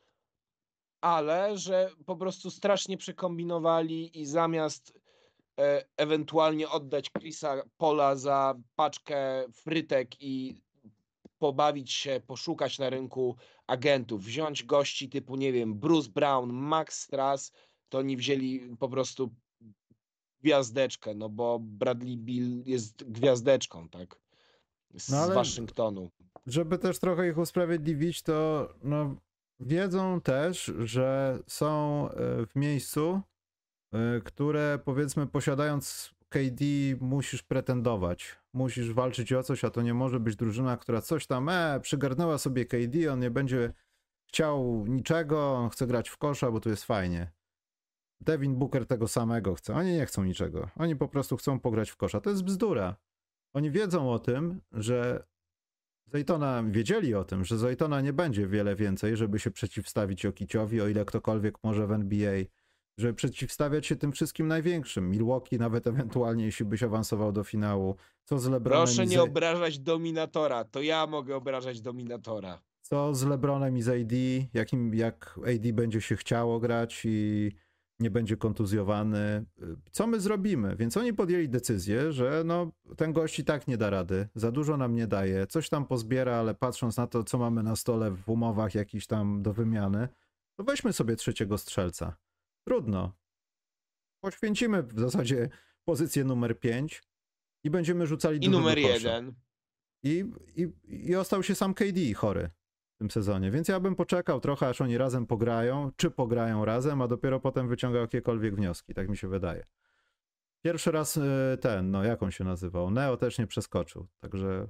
ale że po prostu strasznie przekombinowali i zamiast e, ewentualnie oddać Chrisa Paula za paczkę frytek i pobawić się, poszukać na rynku agentów, wziąć gości typu, nie wiem, Bruce Brown, Max Strass, to oni wzięli po prostu gwiazdeczkę, no bo Bradley Beal jest gwiazdeczką, tak? Z No ale Waszyngtonu. żeby też trochę ich usprawiedliwić, to no, wiedzą też, że są e, w miejscu, e, które powiedzmy posiadając K D musisz pretendować, musisz walczyć o coś, a to nie może być drużyna, która coś tam e, przygarnęła sobie K D, on nie będzie chciał niczego, on chce grać w kosza, bo tu jest fajnie. Devin Booker tego samego chce, oni nie chcą niczego, oni po prostu chcą pograć w kosza, to jest bzdura. Oni wiedzą o tym, że Zaytona, wiedzieli o tym, że Zaytona nie będzie wiele więcej, żeby się przeciwstawić Jokiciowi, o ile ktokolwiek może w N B A, żeby przeciwstawiać się tym wszystkim największym. Milwaukee nawet ewentualnie, jeśli byś awansował do finału. Co z LeBronem Proszę i nie z... obrażać dominatora, to ja mogę obrażać dominatora. Co z LeBronem i z A D, jakim, jak A D będzie się chciało grać i nie będzie kontuzjowany. Co my zrobimy? Więc oni podjęli decyzję, że no, ten gość i tak nie da rady, za dużo nam nie daje, coś tam pozbiera, ale patrząc na to, co mamy na stole w umowach jakiś tam do wymiany, to weźmy sobie trzeciego strzelca. Trudno. Poświęcimy w zasadzie pozycję numer pięć i będziemy rzucali I dużo numer do kosza. jeden. I, i, I ostał się sam K D chory w tym sezonie, więc ja bym poczekał trochę, aż oni razem pograją, czy pograją razem, a dopiero potem wyciągał jakiekolwiek wnioski, tak mi się wydaje. Pierwszy raz ten, no jak on się nazywał? Neo też nie przeskoczył, także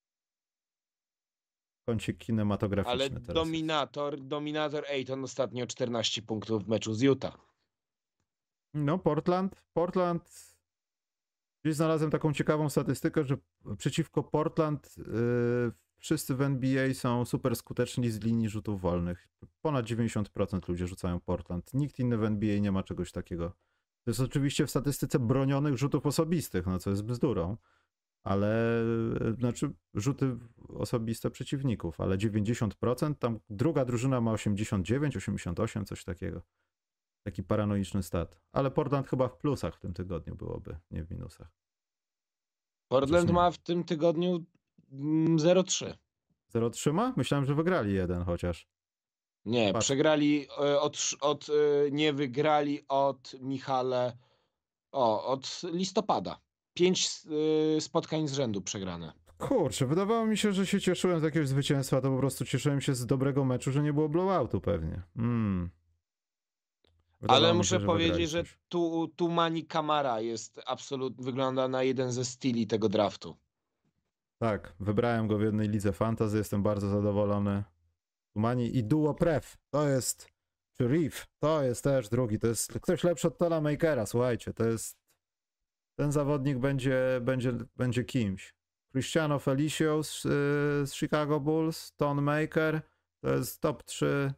kącik kinematograficzny Ale teraz dominator, jest. dominator Ayton ostatnio czternaście punktów w meczu z Utah. No Portland, Portland, gdzieś znalazłem taką ciekawą statystykę, że przeciwko Portland yy, wszyscy w N B A są super skuteczni z linii rzutów wolnych. Ponad dziewięćdziesiąt procent ludzie rzucają Portland. Nikt inny w N B A nie ma czegoś takiego. To jest oczywiście w statystyce bronionych rzutów osobistych, no co jest bzdurą, ale znaczy rzuty osobiste przeciwników, ale dziewięćdziesiąt procent, tam druga drużyna ma osiemdziesiąt dziewięć, osiemdziesiąt osiem, coś takiego. Taki paranoiczny stat. Ale Portland chyba w plusach w tym tygodniu byłoby, nie w minusach. Portland ma w tym tygodniu zero trzy. zero trzy ma? Myślałem, że wygrali jeden chociaż. Nie, Patrz. przegrali od, od, nie wygrali od Michale, o, od listopada. Pięć spotkań z rzędu przegrane. Kurczę, wydawało mi się, że się cieszyłem z jakiegoś zwycięstwa, to po prostu cieszyłem się z dobrego meczu, że nie było blowoutu pewnie. Hmm. Ale muszę się, powiedzieć, że tu, tu Mani Kamara jest absolutnie, wygląda na jeden ze styli tego draftu. Tak, wybrałem go w jednej lidze fantasy, jestem bardzo zadowolony. Mani i Duo Pref, to jest, czy Reef, to jest też drugi, to jest ktoś lepszy od Tona Makera, słuchajcie, to jest, ten zawodnik będzie, będzie, będzie kimś. Cristiano Felicio z, z Chicago Bulls, Ton Maker, to jest top trzy,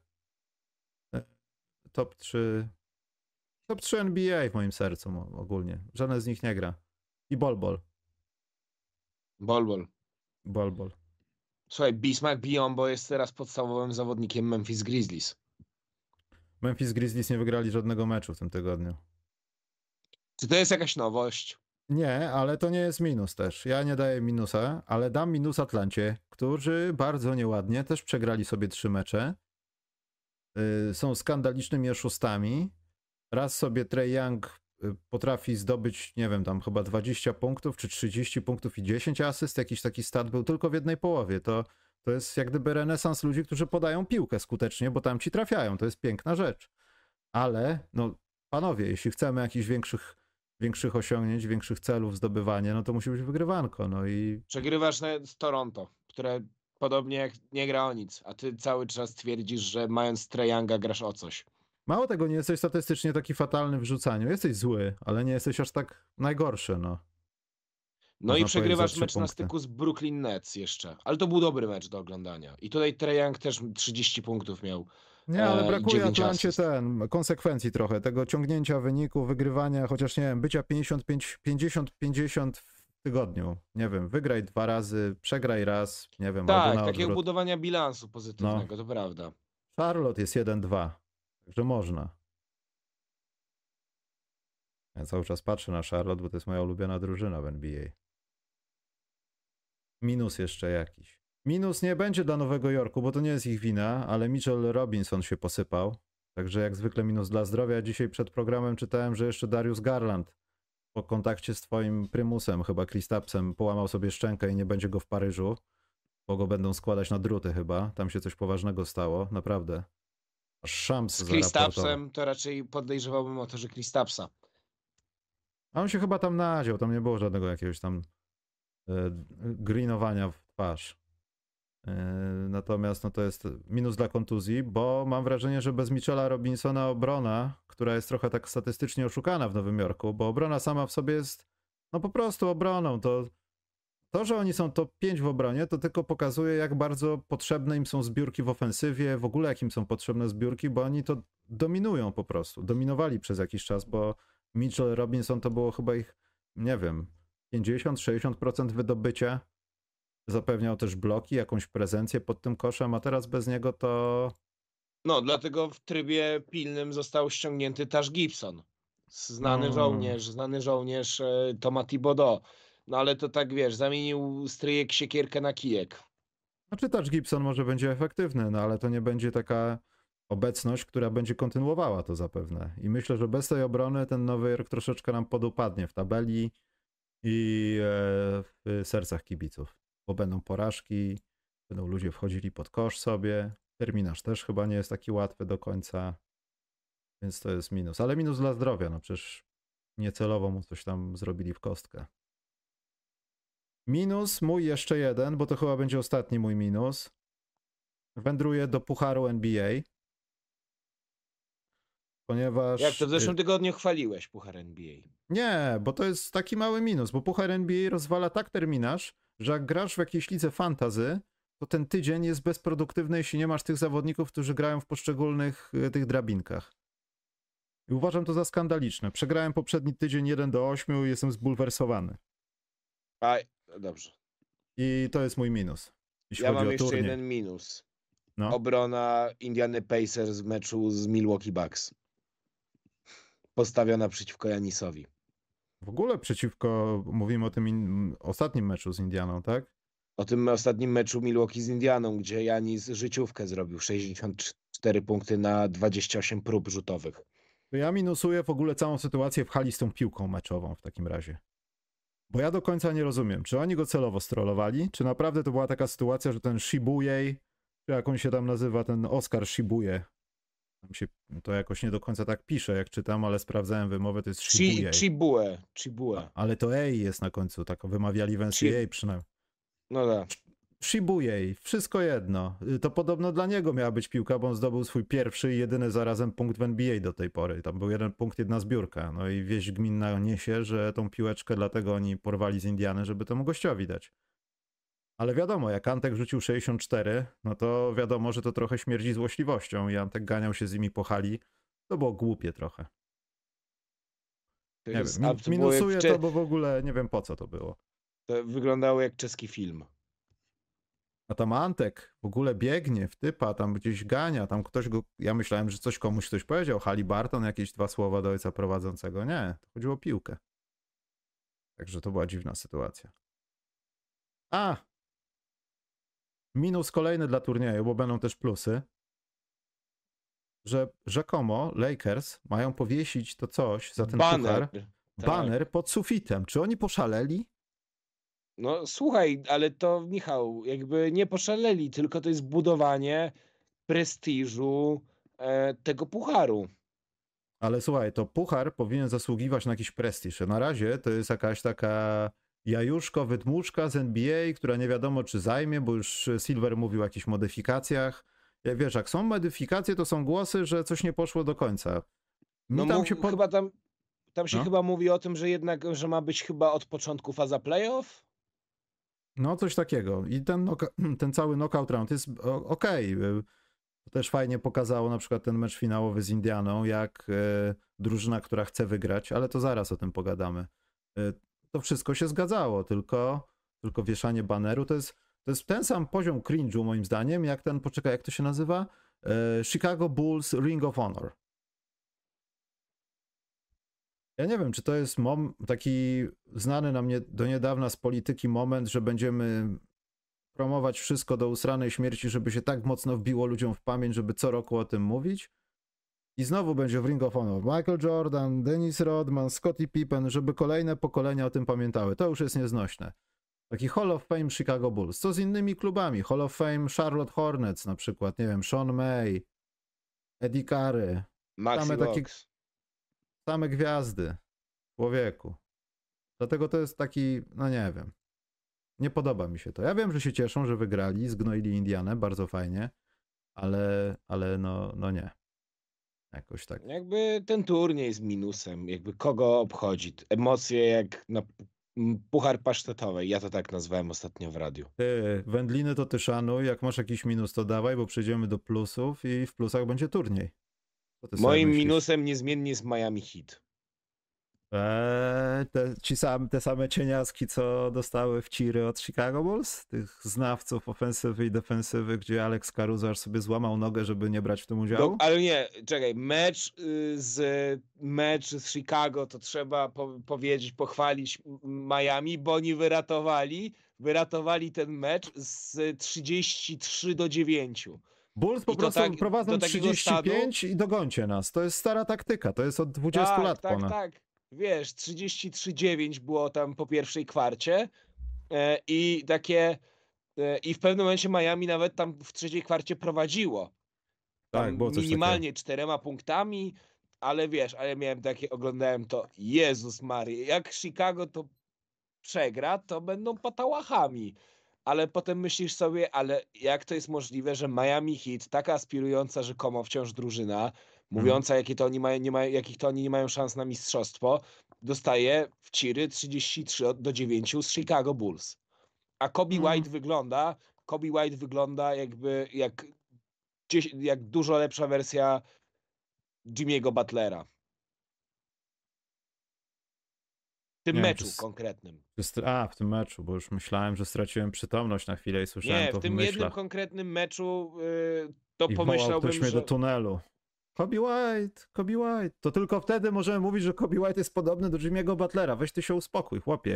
top trzy, top trzy N B A w moim sercu ogólnie, żaden z nich nie gra. I Bol Bol. Bol Bol. Bol Bol. Słuchaj, Bismack Biyombo jest teraz podstawowym zawodnikiem Memphis Grizzlies. Memphis Grizzlies nie wygrali żadnego meczu w tym tygodniu. Czy to jest jakaś nowość? Nie, ale to nie jest minus też. Ja nie daję minusa, ale dam minus Atlancie, którzy bardzo nieładnie też przegrali sobie trzy mecze. Yy, są skandalicznymi oszustami. Raz sobie Trae Young potrafi zdobyć, nie wiem, tam chyba dwadzieścia punktów, czy trzydzieści punktów i dziesięć asyst. Jakiś taki stat był tylko w jednej połowie. To, to jest jak gdyby renesans ludzi, którzy podają piłkę skutecznie, bo tam ci trafiają. To jest piękna rzecz. Ale, no panowie, jeśli chcemy jakichś większych większych osiągnięć, większych celów zdobywania, no to musi być wygrywanko, no i... Przegrywasz z Toronto, które podobnie jak nie gra o nic, a ty cały czas twierdzisz, że mając Trae Younga grasz o coś. Mało tego, nie jesteś statystycznie taki fatalny w rzucaniu, jesteś zły, ale nie jesteś aż tak najgorszy, no. No i Można powiedzieć za przegrywasz trzy mecz na punkty. styku z Brooklyn Nets jeszcze. Ale to był dobry mecz do oglądania. I tutaj Trae Young też trzydzieści punktów miał Nie, ale e, i brakuje dziewięć Atlancie asyst. ten, konsekwencji trochę, tego ciągnięcia wyniku, wygrywania, chociaż nie wiem, bycia pięćdziesiąt pięć pięćdziesiąt pięćdziesiąt w tygodniu. Nie wiem, wygraj dwa razy, przegraj raz, nie wiem, albo Tak, na takiego odwrót. budowania bilansu No, pozytywnego, to prawda. Charlotte jest jeden dwa, także można. Ja cały czas patrzę na Charlotte, bo to jest moja ulubiona drużyna w N B A. Minus jeszcze jakiś. Minus nie będzie dla Nowego Jorku, bo to nie jest ich wina, ale Mitchell Robinson się posypał. Także jak zwykle minus dla zdrowia. Dzisiaj przed programem czytałem, że jeszcze Darius Garland po kontakcie z twoim prymusem, chyba Kristapsem, połamał sobie szczękę i nie będzie go w Paryżu, bo go będą składać na druty chyba. Tam się coś poważnego stało, naprawdę. Aż Shams Z zaraportował. Kristapsem to raczej podejrzewałbym o to, że Kristapsa. A on się chyba tam nadział, tam nie było żadnego jakiegoś tam e, greenowania w twarz. E, natomiast no to jest minus dla kontuzji, bo mam wrażenie, że bez Mitchella Robinsona obrona, która jest trochę tak statystycznie oszukana w Nowym Jorku, bo obrona sama w sobie jest no po prostu obroną. To, to że oni są top pięć w obronie, to tylko pokazuje, jak bardzo potrzebne im są zbiórki w ofensywie, w ogóle jakim są potrzebne zbiórki, bo oni to dominują po prostu. Dominowali przez jakiś czas, bo Mitchell Robinson to było chyba ich, nie wiem, pięćdziesiąt sześćdziesiąt procent wydobycia. Zapewniał też bloki, jakąś prezencję pod tym koszem, a teraz bez niego to... No, dlatego w trybie pilnym został ściągnięty Tash Gibson. Znany No, żołnierz, znany żołnierz e, Toma Thibodeau. No ale to tak, wiesz, zamienił stryjek siekierkę na kijek. znaczy Touch Gibson może będzie efektywny, no ale to nie będzie taka obecność, która będzie kontynuowała to zapewne. I myślę, że bez tej obrony ten Nowy Jork troszeczkę nam podupadnie w tabeli i e, w sercach kibiców. Bo będą porażki, będą ludzie wchodzili pod kosz sobie. Terminarz też chyba nie jest taki łatwy do końca, więc to jest minus. Ale minus dla zdrowia, no przecież niecelowo mu coś tam zrobili w kostkę. Minus mój jeszcze jeden, bo to chyba będzie ostatni mój minus. Wędruje do Pucharu N B A. Ponieważ... Jak to w zeszłym tygodniu chwaliłeś Puchar N B A. Nie, bo to jest taki mały minus, bo Puchar N B A rozwala tak terminarz, że jak grasz w jakiejś lidze fantasy, to ten tydzień jest bezproduktywny, jeśli nie masz tych zawodników, którzy grają w poszczególnych y, tych drabinkach. I uważam to za skandaliczne. Przegrałem poprzedni tydzień jeden do ośmiu i jestem zbulwersowany. A, dobrze. I to jest mój minus. Jeśli Ja chodzi mam o jeszcze turniej. jeden minus. No. Obrona Indiany Pacers w meczu z Milwaukee Bucks. Postawiona przeciwko Janisowi. W ogóle przeciwko, mówimy o tym in, ostatnim meczu z Indianą, tak? O tym ostatnim meczu Milwaukee z Indianą, gdzie Janis życiówkę zrobił. sześćdziesiąt cztery punkty na dwadzieścia osiem prób rzutowych. To ja minusuję w ogóle całą sytuację w hali z tą piłką meczową w takim razie. Bo ja do końca nie rozumiem, czy oni go celowo strollowali, czy naprawdę to była taka sytuacja, że ten Shibujej, czy jak on się tam nazywa, ten Oscar Shibuje, tam się to jakoś nie do końca tak pisze, jak czytam, ale sprawdzałem wymowę, to jest Shibujej. Chibue. Chibue. Ale to Ej jest na końcu, tak wymawiali w N C A A przynajmniej. No tak. Shibujej, wszystko jedno. To podobno dla niego miała być piłka, bo on zdobył swój pierwszy i jedyny zarazem punkt w N B A do tej pory. Tam był jeden punkt, jedna zbiórka. No i wieść gminna niesie, że tą piłeczkę dlatego oni porwali z Indiany, żeby temu gościowi dać. Ale wiadomo, jak Antek rzucił sześćdziesiąt cztery, no to wiadomo, że to trochę śmierdzi złośliwością i Antek ganiał się z nimi po hali. To było głupie trochę. To Nie jest- wiem, a min- to było jak minusuję cze- to, bo w ogóle nie wiem po co to było. To wyglądało jak czeski film. A tam Antek w ogóle biegnie w typa, tam gdzieś gania, tam ktoś go, ja myślałem, że coś komuś ktoś powiedział, Haliburton, jakieś dwa słowa do ojca prowadzącego. Nie, to chodziło o piłkę. Także to była dziwna sytuacja. A! Minus kolejny dla turnieju, bo będą też plusy. Że rzekomo Lakers mają powiesić to coś za ten Banner. puchar. Tak. Banner pod sufitem. Czy oni poszaleli? No słuchaj, ale to Michał, jakby nie poszaleli, tylko to jest budowanie prestiżu e, tego pucharu. Ale słuchaj, to puchar powinien zasługiwać na jakiś prestiż. Na razie to jest jakaś taka jajuszko, wydmuszka z N B A, która nie wiadomo czy zajmie, bo już Silver mówił o jakichś modyfikacjach. Ja, wiesz, jak są modyfikacje, to są głosy, że coś nie poszło do końca. Mi No tam mów, się po... chyba tam Tam się No. chyba mówi o tym, że jednak, że ma być chyba od początku faza playoff. No coś takiego. I ten, knock- ten cały knockout round jest o- okej. Okay. To też fajnie pokazało na przykład ten mecz finałowy z Indianą, jak e, drużyna, która chce wygrać, ale to zaraz o tym pogadamy. E, to wszystko się zgadzało, tylko, tylko wieszanie baneru to jest, to jest ten sam poziom cringe'u moim zdaniem, jak ten, poczekaj, jak to się nazywa? E, Chicago Bulls Ring of Honor. Ja nie wiem, czy to jest mom, taki znany na mnie do niedawna z polityki moment, że będziemy promować wszystko do usranej śmierci, żeby się tak mocno wbiło ludziom w pamięć, żeby co roku o tym mówić. I znowu będzie w Ring of Honor Michael Jordan, Dennis Rodman, Scottie Pippen, żeby kolejne pokolenia o tym pamiętały. To już jest nieznośne. Taki Hall of Fame Chicago Bulls. Co z innymi klubami? Hall of Fame Charlotte Hornets na przykład. Nie wiem, Sean May, Eddie Curry. Maxi Same takie, Box. same gwiazdy. Człowieku. Dlatego to jest taki, no nie wiem. Nie podoba mi się to. Ja wiem, że się cieszą, że wygrali, zgnoili Indianę, bardzo fajnie, ale, ale no, no nie. Jakoś tak. Jakby ten turniej z minusem, jakby kogo obchodzi. Emocje jak na puchar pasztetowej. Ja to tak nazwałem ostatnio w radiu. Ty, wędliny to ty szanuj, jak masz jakiś minus, to dawaj, bo przejdziemy do plusów i w plusach będzie turniej. Co ty sobie Moim myślisz? minusem niezmiennie jest Miami Heat. Eee, te, ci sam, te same cieniaski, co dostały w ciry od Chicago Bulls? Tych znawców ofensywy i defensywy, gdzie Alex Caruso aż sobie złamał nogę, żeby nie brać w tym udziału? Do, ale nie, czekaj, mecz y, z mecz z Chicago to trzeba po, powiedzieć, pochwalić Miami, bo oni wyratowali, wyratowali ten mecz z trzydzieści trzy do dziewięciu. Bulls po I to prostu tak- prowadzą do takiego trzydzieści pięć i dogońcie nas. To jest stara taktyka, to jest od dwudziestu tak, lat tak, ponad. tak. Wiesz, trzydzieści trzy dziewięć było tam po pierwszej kwarcie e, i takie e, i w pewnym momencie Miami nawet tam w trzeciej kwarcie prowadziło. Tam Tak, było coś minimalnie czterema punktami, ale wiesz, ale miałem takie, oglądałem to, Jezus Maria, jak Chicago to przegra, to będą patałachami. Ale potem myślisz sobie, ale jak to jest możliwe, że Miami Heat, taka aspirująca rzekomo wciąż drużyna, mówiąca, jakie to oni mają, nie mają, jakich to oni nie mają szans na mistrzostwo, dostaje w ciry trzydzieści trzy do dziewięciu z Chicago Bulls. A Kobe Mm. White wygląda, Kobe White wygląda jakby jak, gdzieś- jak dużo lepsza wersja Jimmy'ego Butlera. W tym Nie wiem, meczu czy s- konkretnym. A, w tym meczu, bo już myślałem, że straciłem przytomność na chwilę i słyszałem Nie, to w w tym jednym myślach. konkretnym meczu yy, to I wołał pomyślałbym, ktoś mnie że... do tunelu. Kobe White, Kobe White. To tylko wtedy możemy mówić, że Kobe White jest podobny do Jimmy'ego Butlera. Weź ty się uspokój, chłopie.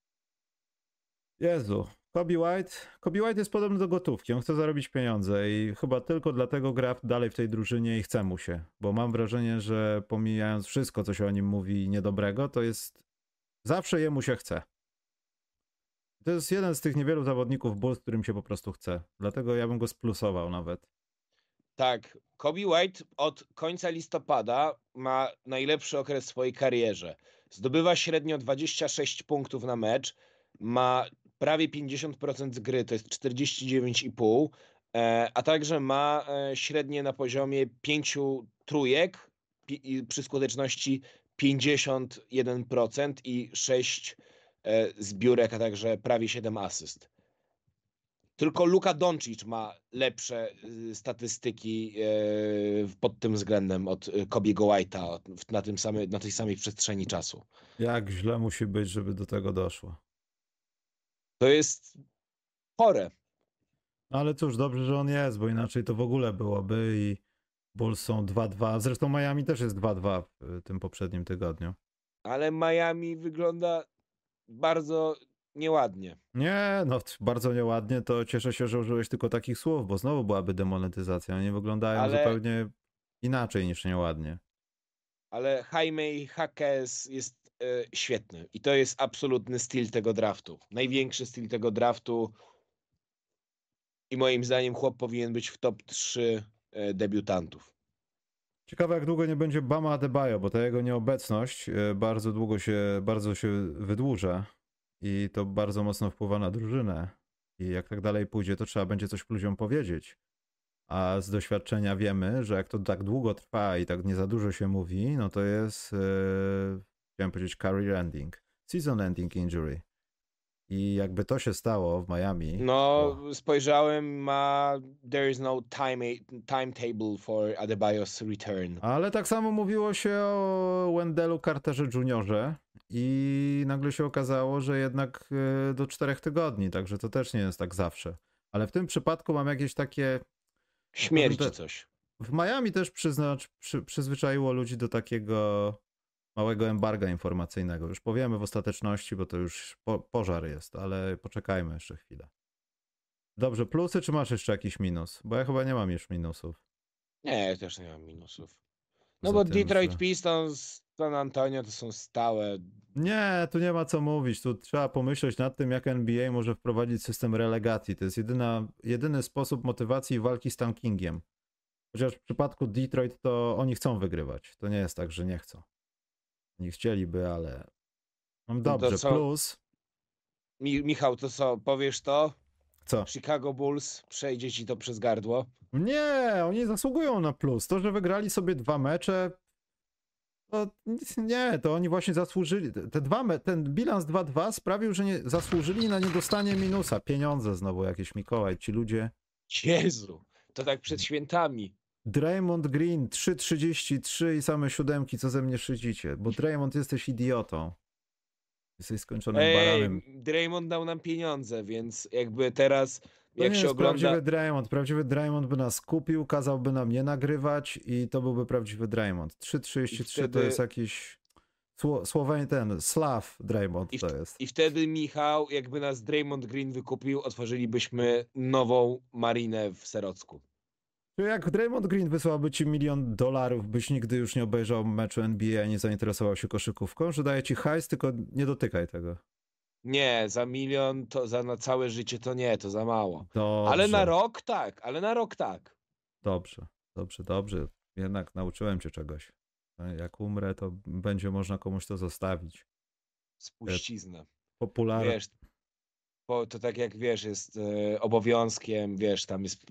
Jezu. Kobe White, Kobe White jest podobny do gotówki. On chce zarobić pieniądze i chyba tylko dlatego gra dalej w tej drużynie i chce mu się. Bo mam wrażenie, że pomijając wszystko, co się o nim mówi niedobrego, to jest... Zawsze jemu się chce. To jest jeden z tych niewielu zawodników Bulls, którym się po prostu chce. Dlatego ja bym go splusował nawet. Tak, Kobe White od końca listopada ma najlepszy okres w swojej karierze. Zdobywa średnio dwadzieścia sześć punktów na mecz, ma prawie pięćdziesiąt procent z gry, to jest czterdzieści dziewięć i pół, e, a także ma e, średnie na poziomie pięciu trójek pi, i przy skuteczności pięćdziesiąt jeden procent i sześć e, zbiórek, a także prawie siedem asyst. Tylko Luka Doncic ma lepsze y, statystyki y, pod tym względem od y, Kobiego White'a od- w- na, tym same, na tej samej przestrzeni czasu. Jak źle musi być, żeby do tego doszło. To jest chore. Ale cóż, dobrze, że on jest, bo inaczej to w ogóle byłoby i Bulls są dwa dwa. Zresztą Miami też jest dwa dwa w tym poprzednim tygodniu. Ale Miami wygląda bardzo nieładnie. Nie, no t- bardzo nieładnie, to cieszę się, że użyłeś tylko takich słów, bo znowu byłaby demonetyzacja. Oni wyglądają Ale- zupełnie inaczej niż nieładnie. Ale Jaime Jaquez jest y, świetny i to jest absolutny styl tego draftu. Największy styl tego draftu i moim zdaniem chłop powinien być w top trzy y, debiutantów. Ciekawe, jak długo nie będzie Bama Adebayo, bo ta jego nieobecność e, bardzo długo się, bardzo się wydłuża i to bardzo mocno wpływa na drużynę. I jak tak dalej pójdzie, to trzeba będzie coś ludziom powiedzieć. A z doświadczenia wiemy, że jak to tak długo trwa i tak nie za dużo się mówi, no to jest e, chciałem powiedzieć career ending, season ending injury. I jakby to się stało w Miami. No, o, spojrzałem, ma there is no time timetable for Adebayo's return. Ale tak samo mówiło się o Wendelu Carterze juniorze i nagle się okazało, że jednak y, do czterech tygodni, także to też nie jest tak zawsze. Ale w tym przypadku mam jakieś takie... Śmierć te- czy coś. W Miami też przyznać, przy, przyzwyczaiło ludzi do takiego małego embarga informacyjnego. Już powiemy w ostateczności, bo to już po, pożar jest, ale poczekajmy jeszcze chwilę. Dobrze, plusy czy masz jeszcze jakiś minus? Bo ja chyba nie mam już minusów. Nie, ja też nie mam minusów. No Poza bo tym, Detroit że- Pistons, San Antonio to są stałe. Nie, tu nie ma co mówić. Tu trzeba pomyśleć nad tym, jak N B A może wprowadzić system relegacji. To jest jedyna, jedyny sposób motywacji i walki z tankingiem. Chociaż w przypadku Detroit to oni chcą wygrywać. To nie jest tak, że nie chcą. Nie chcieliby, ale... No to dobrze, co? plus... Mi, Michał, to co, powiesz to? Co? Chicago Bulls przejdzie ci to przez gardło? Nie, oni zasługują na plus. To, że wygrali sobie dwa mecze, to nie, to oni właśnie zasłużyli. Te dwa me, ten bilans dwa dwa sprawił, że nie, zasłużyli na niedostanie minusa. Pieniądze znowu jakieś, Mikołaj, ci ludzie. Jezu, to tak przed świętami. Draymond Green trzy trzydzieści trzy i same siódemki, co ze mnie szydzicie, bo Draymond jesteś idiotą. Jesteś skończonym Ej, baranem. Draymond dał nam pieniądze, więc jakby teraz To jak nie się jest ogląda... prawdziwy Draymond. Prawdziwy Draymond by nas kupił, kazałby nam nie nagrywać i to byłby prawdziwy Draymond. trzy trzydzieści trzy wtedy- to jest jakiś Sło, Słowen ten, Slav Draymond I, w, to jest. I wtedy Michał, jakby nas Draymond Green wykupił, otworzylibyśmy nową marinę w Serocku. Czy jak Draymond Green wysłałby ci milion dolarów, byś nigdy już nie obejrzał meczu N B A i nie zainteresował się koszykówką, że daje ci hajs, tylko nie dotykaj tego. Nie, za milion to za na całe życie to nie, to za mało. Dobrze, Ale na rok tak, ale na rok tak. dobrze, dobrze, dobrze. Jednak nauczyłem cię czegoś. Jak umrę, to będzie można komuś to zostawić. Spuściznę. Popularne. Wiesz, bo to tak jak wiesz, jest e, obowiązkiem, wiesz, tam jest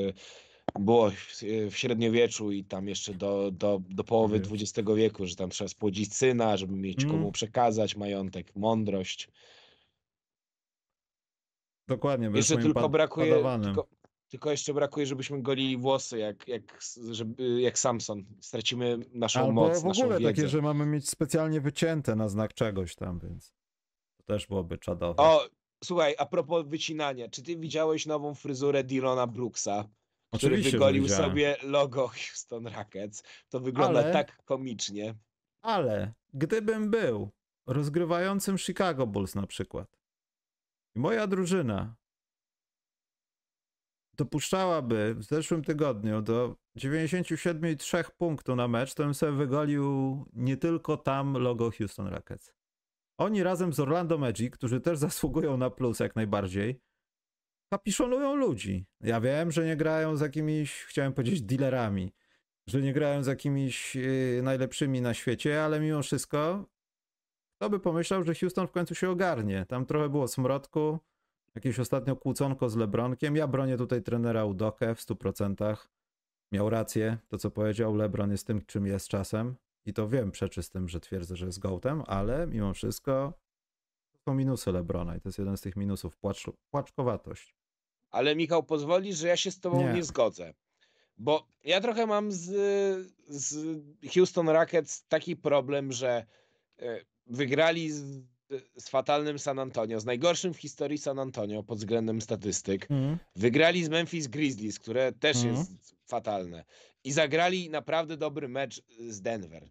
e, było w, w średniowieczu i tam jeszcze do, do, do połowy Wiesz. dwudziestego wieku, że tam trzeba spłodzić syna, żeby mieć Mm. komu przekazać majątek, mądrość. Dokładnie, będziesz Jeszcze moim tylko pad- brakuje, padawanem. tylko, tylko jeszcze brakuje, żebyśmy golili włosy jak, jak, żeby, jak Samson. Stracimy naszą Albo moc, w naszą ogóle wiedzę. takie, że mamy mieć specjalnie wycięte na znak czegoś tam, więc to też byłoby czadowe. O, słuchaj, a propos wycinania, czy ty widziałeś nową fryzurę Dylona Brooksa, który Oczywiście, że wygolił widziałem. sobie logo Houston Rockets? To wygląda Ale- tak komicznie. Ale gdybym był rozgrywającym Chicago Bulls na przykład i moja drużyna dopuszczałaby w zeszłym tygodniu do dziewięćdziesiąt siedem i trzy punktów na mecz, to bym sobie wygolił nie tylko tam logo Houston Rockets. Oni razem z Orlando Magic, którzy też zasługują na plus jak najbardziej, kapiszonują ludzi. Ja wiem, że nie grają z jakimiś, chciałem powiedzieć, dealerami, że nie grają z jakimiś yy, najlepszymi na świecie, ale mimo wszystko kto by pomyślał, że Houston w końcu się ogarnie. Tam trochę było smrodku, jakieś ostatnio kłóconko z LeBronkiem. Ja bronię tutaj trenera Udokę w stu procentach. Miał rację, to co powiedział, LeBron jest tym, czym jest czasem. I to wiem, przeczy z tym, że twierdzę, że jest gołtem, ale mimo wszystko to są minusy LeBrona i to jest jeden z tych minusów, płacz, płaczkowatość. Ale Michał, pozwolisz, że ja się z tobą Nie. nie, zgodzę. Bo ja trochę mam z, z Houston Rockets taki problem, że e, wygrali z, z fatalnym San Antonio, z najgorszym w historii San Antonio pod względem statystyk. Mm. Wygrali z Memphis Grizzlies, które też Mhm. jest fatalne. I zagrali naprawdę dobry mecz z Denver.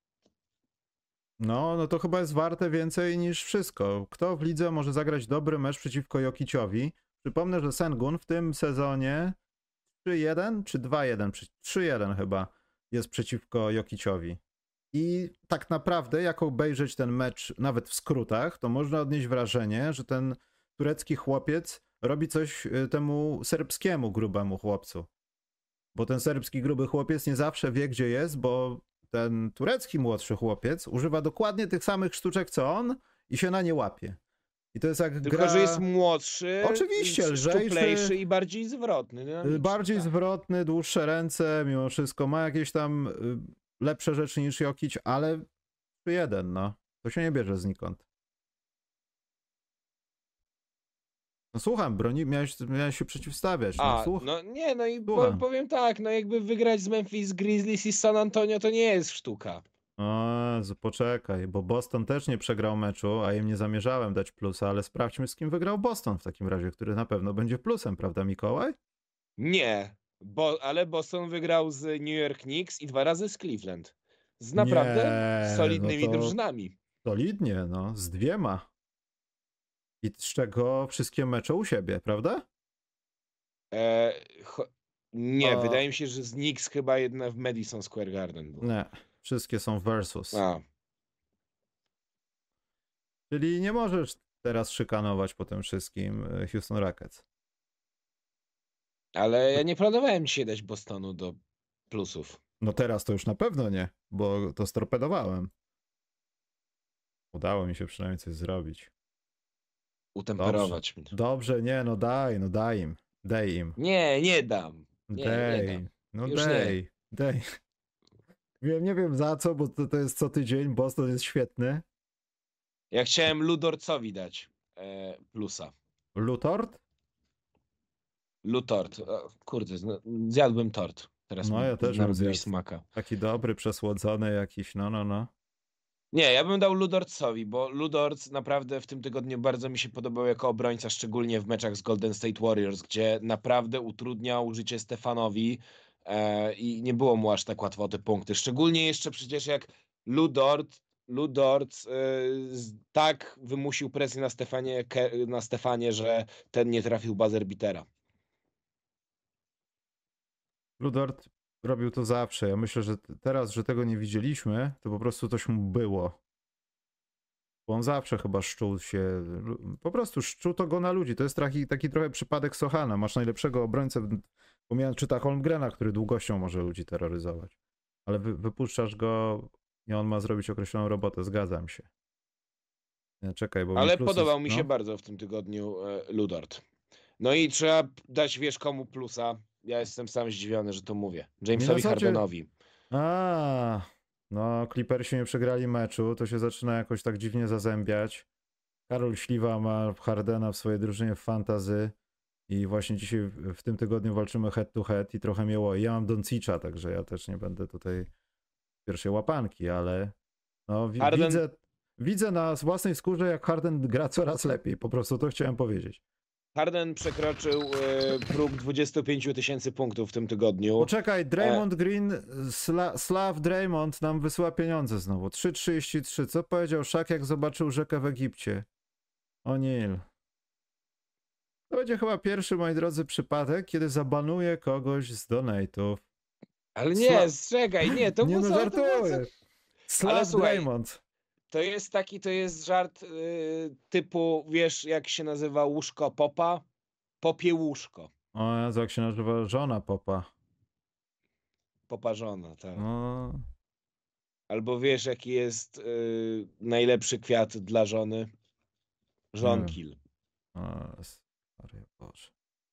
No, no to chyba jest warte więcej niż wszystko. Kto w lidze może zagrać dobry mecz przeciwko Jokiciowi? Przypomnę, że Sengun w tym sezonie trzy jeden czy dwa jeden, trzy jeden chyba jest przeciwko Jokiciowi. I tak naprawdę, jak obejrzeć ten mecz nawet w skrótach, to można odnieść wrażenie, że ten turecki chłopiec robi coś y, temu serbskiemu grubemu chłopcu. Bo ten serbski gruby chłopiec nie zawsze wie, gdzie jest, bo ten turecki młodszy chłopiec używa dokładnie tych samych sztuczek, co on i się na nie łapie. I to jest jak Tylko, gra... że jest młodszy, Oczywiście, lżejszy, szczuplejszy i bardziej zwrotny. dynamiczny, bardziej tak. zwrotny, dłuższe ręce, mimo wszystko ma jakieś tam y, lepsze rzeczy niż Jokic, ale trzy jeden, no. To się nie bierze znikąd. No słucham, broni, miałeś, miałeś się przeciwstawiać. No, A, słuch... no nie, no i po, Słucham. powiem tak, no jakby wygrać z Memphis Grizzlies i z San Antonio to nie jest sztuka. O Jezu, poczekaj, bo Boston też nie przegrał meczu, a im nie zamierzałem dać plusa, ale sprawdźmy, z kim wygrał Boston w takim razie, który na pewno będzie plusem, prawda, Mikołaj? Nie, bo, ale Boston wygrał z New York Knicks i dwa razy z Cleveland. Z Nie, naprawdę no solidnymi to drużynami. solidnie, no, z dwiema. I z czego wszystkie mecze u siebie, prawda? E, cho- nie, O, wydaje mi się, że z Knicks chyba jedna w Madison Square Garden była. nie, wszystkie są versus. A, Czyli nie możesz teraz szykanować po tym wszystkim e, Houston Rockets. ale ja nie planowałem dzisiaj dać Bostonu do plusów. No teraz to już na pewno nie, bo to storpedowałem. Udało mi się przynajmniej coś zrobić. Utemperować mnie. Dobrze, nie, no daj, no daj im. Daj im. Nie, nie dam. Nie, nie Daj. dam. No Już daj. Daj. Wiem, nie wiem za co, bo to, to jest co tydzień. Boston jest świetny. Ja chciałem Ludorcowi dać e, plusa. Lutort? Lutort. O, kurde, zna- zjadłbym tort. Teraz No mi ja też bym narobiłeś zjadł. smaka. Taki dobry, przesłodzony jakiś, no, no, no. Nie, ja bym dał Ludorcowi, bo Ludorc naprawdę w tym tygodniu bardzo mi się podobał jako obrońca, szczególnie w meczach z Golden State Warriors, gdzie naprawdę utrudniał życie Stefanowi e, i nie było mu aż tak łatwo o te punkty. Szczególnie jeszcze przecież jak Ludort, Ludort e, z- tak wymusił presję na Stefanie, Ke- na Stefanie, że ten nie trafił buzzer beatera. Ludort robił to zawsze. Ja myślę, że t- teraz, że tego nie widzieliśmy, to po prostu coś mu było. Bo on zawsze chyba szczuł się, lu- po prostu szczuł to go na ludzi. To jest taki, taki trochę przypadek Sochana. Masz najlepszego obrońcę, w- pomijając czyta Holmgrena, który długością może ludzi terroryzować. Ale wy, wypuszczasz go i on ma zrobić określoną robotę. Zgadzam się. Nie, czekaj, bo mi Ale plusy... podobał mi no. się bardzo w tym tygodniu e, Ludort. No i trzeba dać, wiesz, komu plusa. Ja jestem sam zdziwiony, że to mówię. Jamesowi Minnesocie- Hardenowi. A, no Clippersi nie przegrali meczu, to się zaczyna jakoś tak dziwnie zazębiać. Karol Śliwa ma Hardena w swojej drużynie w fantasy i właśnie dzisiaj w w tym tygodniu walczymy head to head i trochę miało. Ja mam Doncicza, także ja też nie będę tutaj pierwszej łapanki, ale no wi- Harden- widzę, widzę na własnej skórze, jak Harden gra coraz lepiej. Po prostu to chciałem powiedzieć. Harden przekroczył e, próg dwudziestu pięciu tysięcy punktów w tym tygodniu. Poczekaj, Draymond Green, Sla, Slav Draymond nam wysyła pieniądze znowu. trzy trzydzieści trzy. Co powiedział Szak, jak zobaczył rzekę w Egipcie? O'Neal. To będzie chyba pierwszy, moi drodzy, przypadek, kiedy zabanuję kogoś z donate'ów. Ale nie, Sla- czekaj, nie, to Nie było no, co- to było co- żartuję. Slav Ale słuchaj, Draymond. To jest taki, to jest żart y, typu, wiesz, jak się nazywa łóżko popa? Popie łóżko. O Jezu, jak się nazywa żona Popa. Poparzona, tak. No, Albo wiesz, jaki jest y, najlepszy kwiat dla żony? Żonkil. o, sorry, Boże.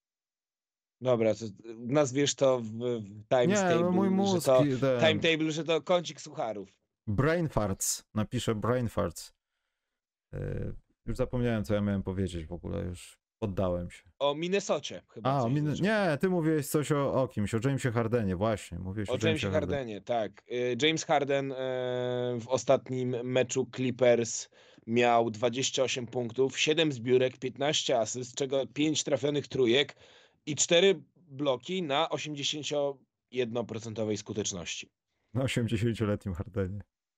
Dobra, to nazwiesz to w, w timestable, Nie, no mój że mózg. to i ten- timetable, że to kącik sucharów. Brain farts. Napiszę brain farts. Yy, już zapomniałem, co ja miałem powiedzieć w ogóle. Już poddałem się. O Minnesocie chyba. A, o coś min... zaczął. nie, ty mówiłeś coś o, o kimś, o Jamesie Hardenie, właśnie. Mówiłeś o, O Jamesie Hardenie, tak. Y, James Harden e, w ostatnim meczu Clippers miał dwadzieścia osiem punktów, siedem zbiórek, piętnaście asyst, z czego pięć trafionych trójek i cztery bloki na osiemdziesiąt jeden procent skuteczności. Na osiemdziesięcioletnim Hardenie.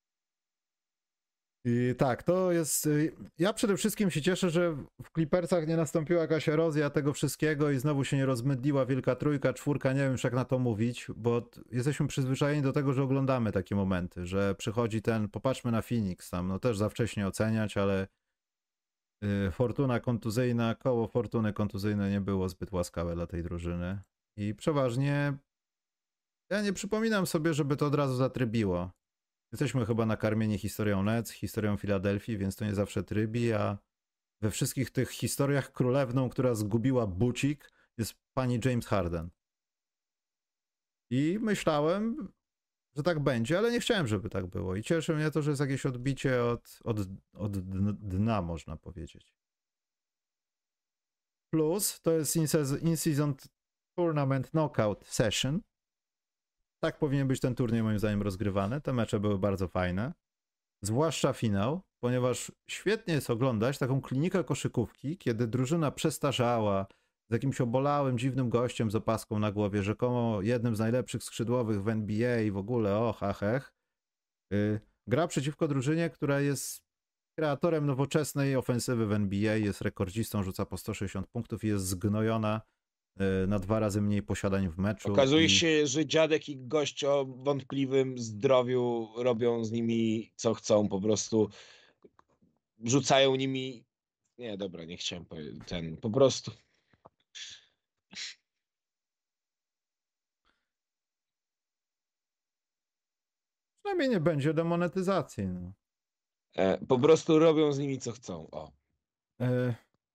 I tak, to jest. y, Ja przede wszystkim się cieszę, że w Clippersach nie nastąpiła jakaś erozja tego wszystkiego i znowu się nie rozmydliła wielka trójka, czwórka, nie wiem już jak na to mówić, bo t- jesteśmy przyzwyczajeni do tego, że oglądamy takie momenty, że przychodzi ten, popatrzmy na Phoenix tam, no też za wcześnie oceniać, ale y, fortuna kontuzyjna, koło fortuny kontuzyjne nie było zbyt łaskawe dla tej drużyny i przeważnie ja nie przypominam sobie, żeby to od razu zatrybiło. Jesteśmy chyba nakarmieni historią Nets, historią Filadelfii, więc to nie zawsze trybi, a we wszystkich tych historiach królewną, która zgubiła bucik, jest pani James Harden. I myślałem, że tak będzie, ale nie chciałem, żeby tak było. I cieszy mnie to, że jest jakieś odbicie od, od, od dna, można powiedzieć. Plus, to jest in-season tournament knockout session. Tak powinien być ten turniej moim zdaniem rozgrywany. Te mecze były bardzo fajne. Zwłaszcza finał, ponieważ świetnie jest oglądać taką klinikę koszykówki, kiedy drużyna przestarzała z jakimś obolałym, dziwnym gościem z opaską na głowie, rzekomo jednym z najlepszych skrzydłowych w N B A i w ogóle, och, ach, ech, yy, gra przeciwko drużynie, która jest kreatorem nowoczesnej ofensywy w N B A, jest rekordzistą, rzuca po sto sześćdziesiąt punktów i jest zgnojona yy, na dwa razy mniej posiadań w meczu. Okazuje i... się, że dziadek i gość o wątpliwym zdrowiu robią z nimi co chcą, po prostu rzucają nimi. Nie, dobra, nie chciałem powiedzieć ten, po prostu. Przynajmniej nie będzie demonetyzacji. No. E, po prostu robią z nimi co chcą. O. E...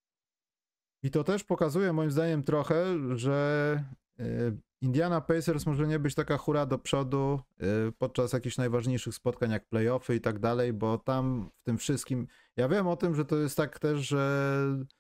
I to też pokazuje moim zdaniem trochę, że Indiana Pacers może nie być taka hura do przodu podczas jakichś najważniejszych spotkań jak playoffy i tak dalej, bo tam w tym wszystkim, ja wiem o tym, że to jest tak też, że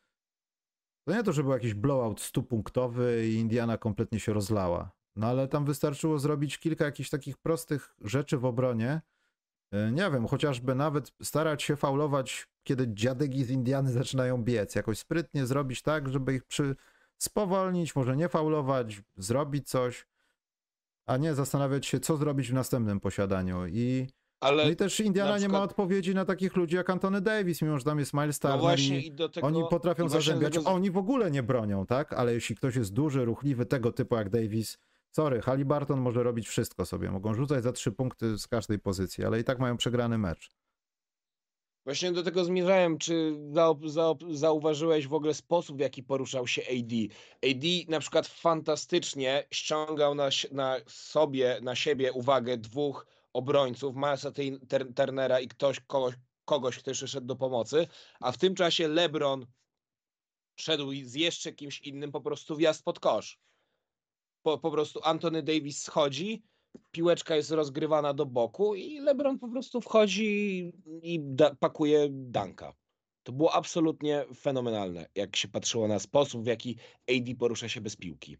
to nie to, że był jakiś blowout stupunktowy i Indiana kompletnie się rozlała, no ale tam wystarczyło zrobić kilka jakichś takich prostych rzeczy w obronie, nie wiem, chociażby nawet starać się faulować, kiedy dziadeki z Indiany zaczynają biec, jakoś sprytnie zrobić tak, żeby ich przy... spowolnić, może nie faulować, zrobić coś, a nie zastanawiać się, co zrobić w następnym posiadaniu. I, Ale no i też Indiana przykład... nie ma odpowiedzi na takich ludzi jak Anthony Davis, mimo że tam jest Miles Turner, no właśnie, i, i do tego, oni potrafią zazębiać. Tego... Oni w ogóle nie bronią, tak? Ale jeśli ktoś jest duży, ruchliwy, tego typu jak Davis, sorry, Haliburton może robić wszystko sobie. Mogą rzucać za trzy punkty z każdej pozycji, ale i tak mają przegrany mecz. Właśnie do tego zmierzałem. Czy za, za, zauważyłeś w ogóle sposób, w jaki poruszał się A D? A D na przykład fantastycznie ściągał na, na sobie, na siebie uwagę dwóch obrońców, Milesa Turnera i ktoś, kogoś, kogoś, kto jeszcze szedł do pomocy, a w tym czasie LeBron szedł z jeszcze kimś innym, po prostu wjazd pod kosz. Po, po prostu Anthony Davis schodzi, piłeczka jest rozgrywana do boku i LeBron po prostu wchodzi i da, pakuje danka. To było absolutnie fenomenalne, jak się patrzyło na sposób, w jaki A D porusza się bez piłki.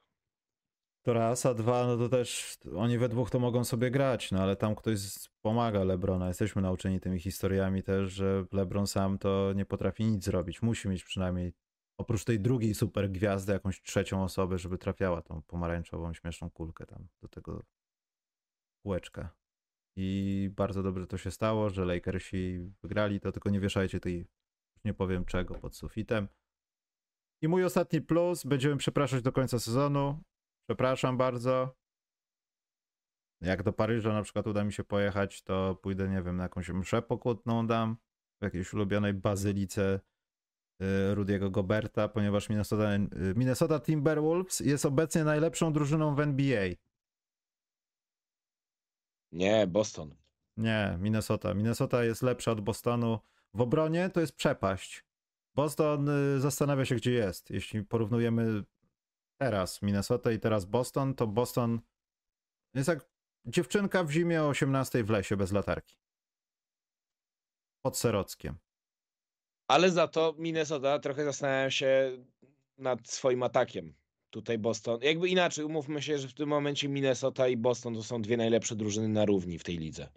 To raz, a dwa, no to też oni we dwóch to mogą sobie grać, no ale tam ktoś pomaga LeBrona. Jesteśmy nauczeni tymi historiami też, że LeBron sam to nie potrafi nic zrobić. Musi mieć przynajmniej oprócz tej drugiej super gwiazdy jakąś trzecią osobę, żeby trafiała tą pomarańczową, śmieszną kulkę tam do tego kółeczka. I bardzo dobrze to się stało, że Lakersi wygrali, to tylko nie wieszajcie tej, już nie powiem czego, pod sufitem. I mój ostatni plus, będziemy przepraszać do końca sezonu. Przepraszam bardzo. Jak do Paryża na przykład uda mi się pojechać, to pójdę, nie wiem, na jakąś mszę pokutną dam, w jakiejś ulubionej bazylice Rudiego Goberta, ponieważ Minnesota, Minnesota Timberwolves jest obecnie najlepszą drużyną w N B A. Nie, Boston. Nie, Minnesota. Minnesota jest lepsza od Bostonu. W obronie to jest przepaść. Boston zastanawia się, gdzie jest. Jeśli porównujemy teraz Minnesota i teraz Boston, to Boston jest jak dziewczynka w zimie o osiemnastej w lesie bez latarki. Pod Serockiem. Ale za to Minnesota trochę zastanawiam się nad swoim atakiem. Tutaj Boston. Jakby inaczej, umówmy się, że w tym momencie Minnesota i Boston to są dwie najlepsze drużyny na równi w tej lidze.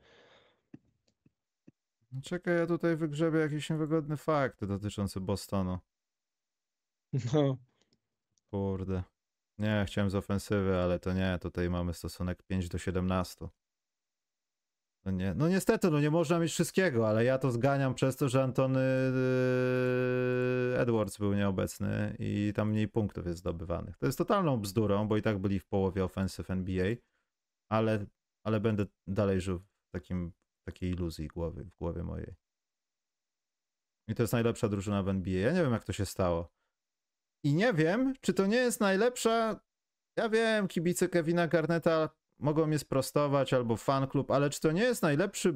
Czekaj, ja tutaj wygrzebię jakiś niewygodny fakt dotyczący Bostonu. No. Kurde. Nie, chciałem z ofensywy, ale to nie. Tutaj mamy stosunek pięć do siedemnastu. No, nie, no niestety, no nie można mieć wszystkiego, ale ja to zganiam przez to, że Antony Edwards był nieobecny i tam mniej punktów jest zdobywanych. To jest totalną bzdurą, bo i tak byli w połowie ofensyw N B A, ale, ale będę dalej żył w takim, takiej iluzji głowy, w głowie mojej. I to jest najlepsza drużyna w N B A. Ja nie wiem, jak to się stało. I nie wiem, czy to nie jest najlepsza... Ja wiem, kibice Kevina Garnetta mogą mnie sprostować, albo fan klub, ale czy to nie jest najlepszy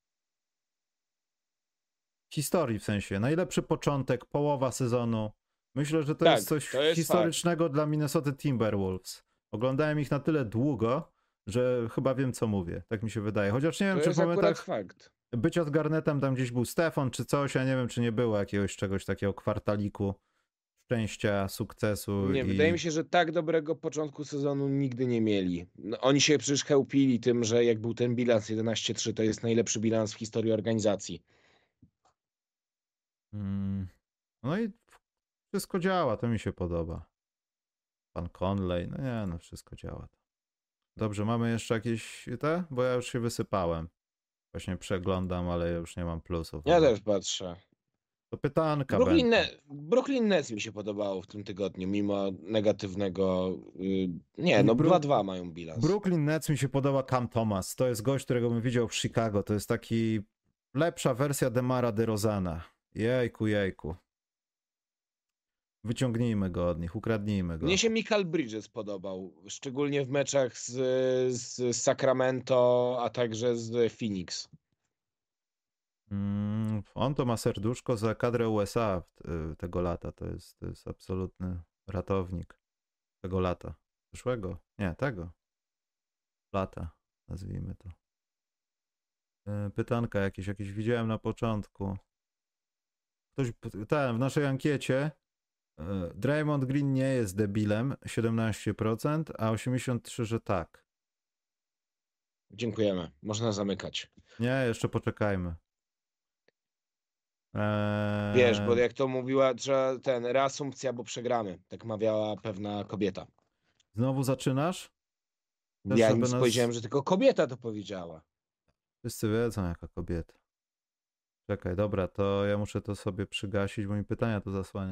historii, w sensie najlepszy początek, połowa sezonu? Myślę, że to tak, jest coś to jest historycznego fakt dla Minnesota Timberwolves. Oglądałem ich na tyle długo, że chyba wiem, co mówię. Tak mi się wydaje. Chociaż nie wiem, To czy w jest akurat momentach fakt. bycia z Garnetem tam gdzieś był Stefan czy coś, ja nie wiem, czy nie było jakiegoś czegoś takiego kwartaliku szczęścia, sukcesu Nie, wydaje mi i się, że tak dobrego początku sezonu nigdy nie mieli. No, oni się przecież chełpili tym, że jak był ten bilans jedenaście trzy, to jest najlepszy bilans w historii organizacji. mm, no i wszystko działa, to mi się podoba. Pan Conley, no nie, no wszystko działa. Dobrze, mamy jeszcze jakieś te? Bo ja już się wysypałem. Właśnie przeglądam, ale już nie mam plusów. Ja Ale też patrzę. to pytanka Brooklyn, będą. Ne- Brooklyn Nets mi się podobało w tym tygodniu, mimo negatywnego... y, Nie, no Bru- dwa dwa mają bilans. Brooklyn Nets mi się podoba Cam Thomas. To jest gość, którego bym widział w Chicago. To jest taki lepsza wersja DeMara DeRozana. Jejku, jejku. Wyciągnijmy go od nich, ukradnijmy go. Mnie się Michael Bridges podobał, szczególnie w meczach z, z Sacramento, a także z Phoenix. Mm, on to ma serduszko za kadrę U S A y, tego lata. To jest, to jest absolutny ratownik tego lata. Przyszłego? Nie, tego. Lata, nazwijmy to. Y, Pytanka jakieś, jakieś widziałem na początku. Ktoś, ten, w naszej ankiecie y, Draymond Green nie jest debilem, siedemnaście procent, a osiemdziesiąt trzy procent, że tak. Dziękujemy. Można zamykać. Nie, jeszcze poczekajmy. Eee, Wiesz, bo jak to mówiła, że ten reasumpcja, bo przegramy. Tak mawiała pewna kobieta. Znowu zaczynasz? Też, Ja żeby nic nas... powiedziałem, że tylko kobieta to powiedziała. Wszyscy wiedzą, jaka kobieta. Czekaj, dobra, to ja muszę to sobie przygasić, bo mi pytania tu zasłania.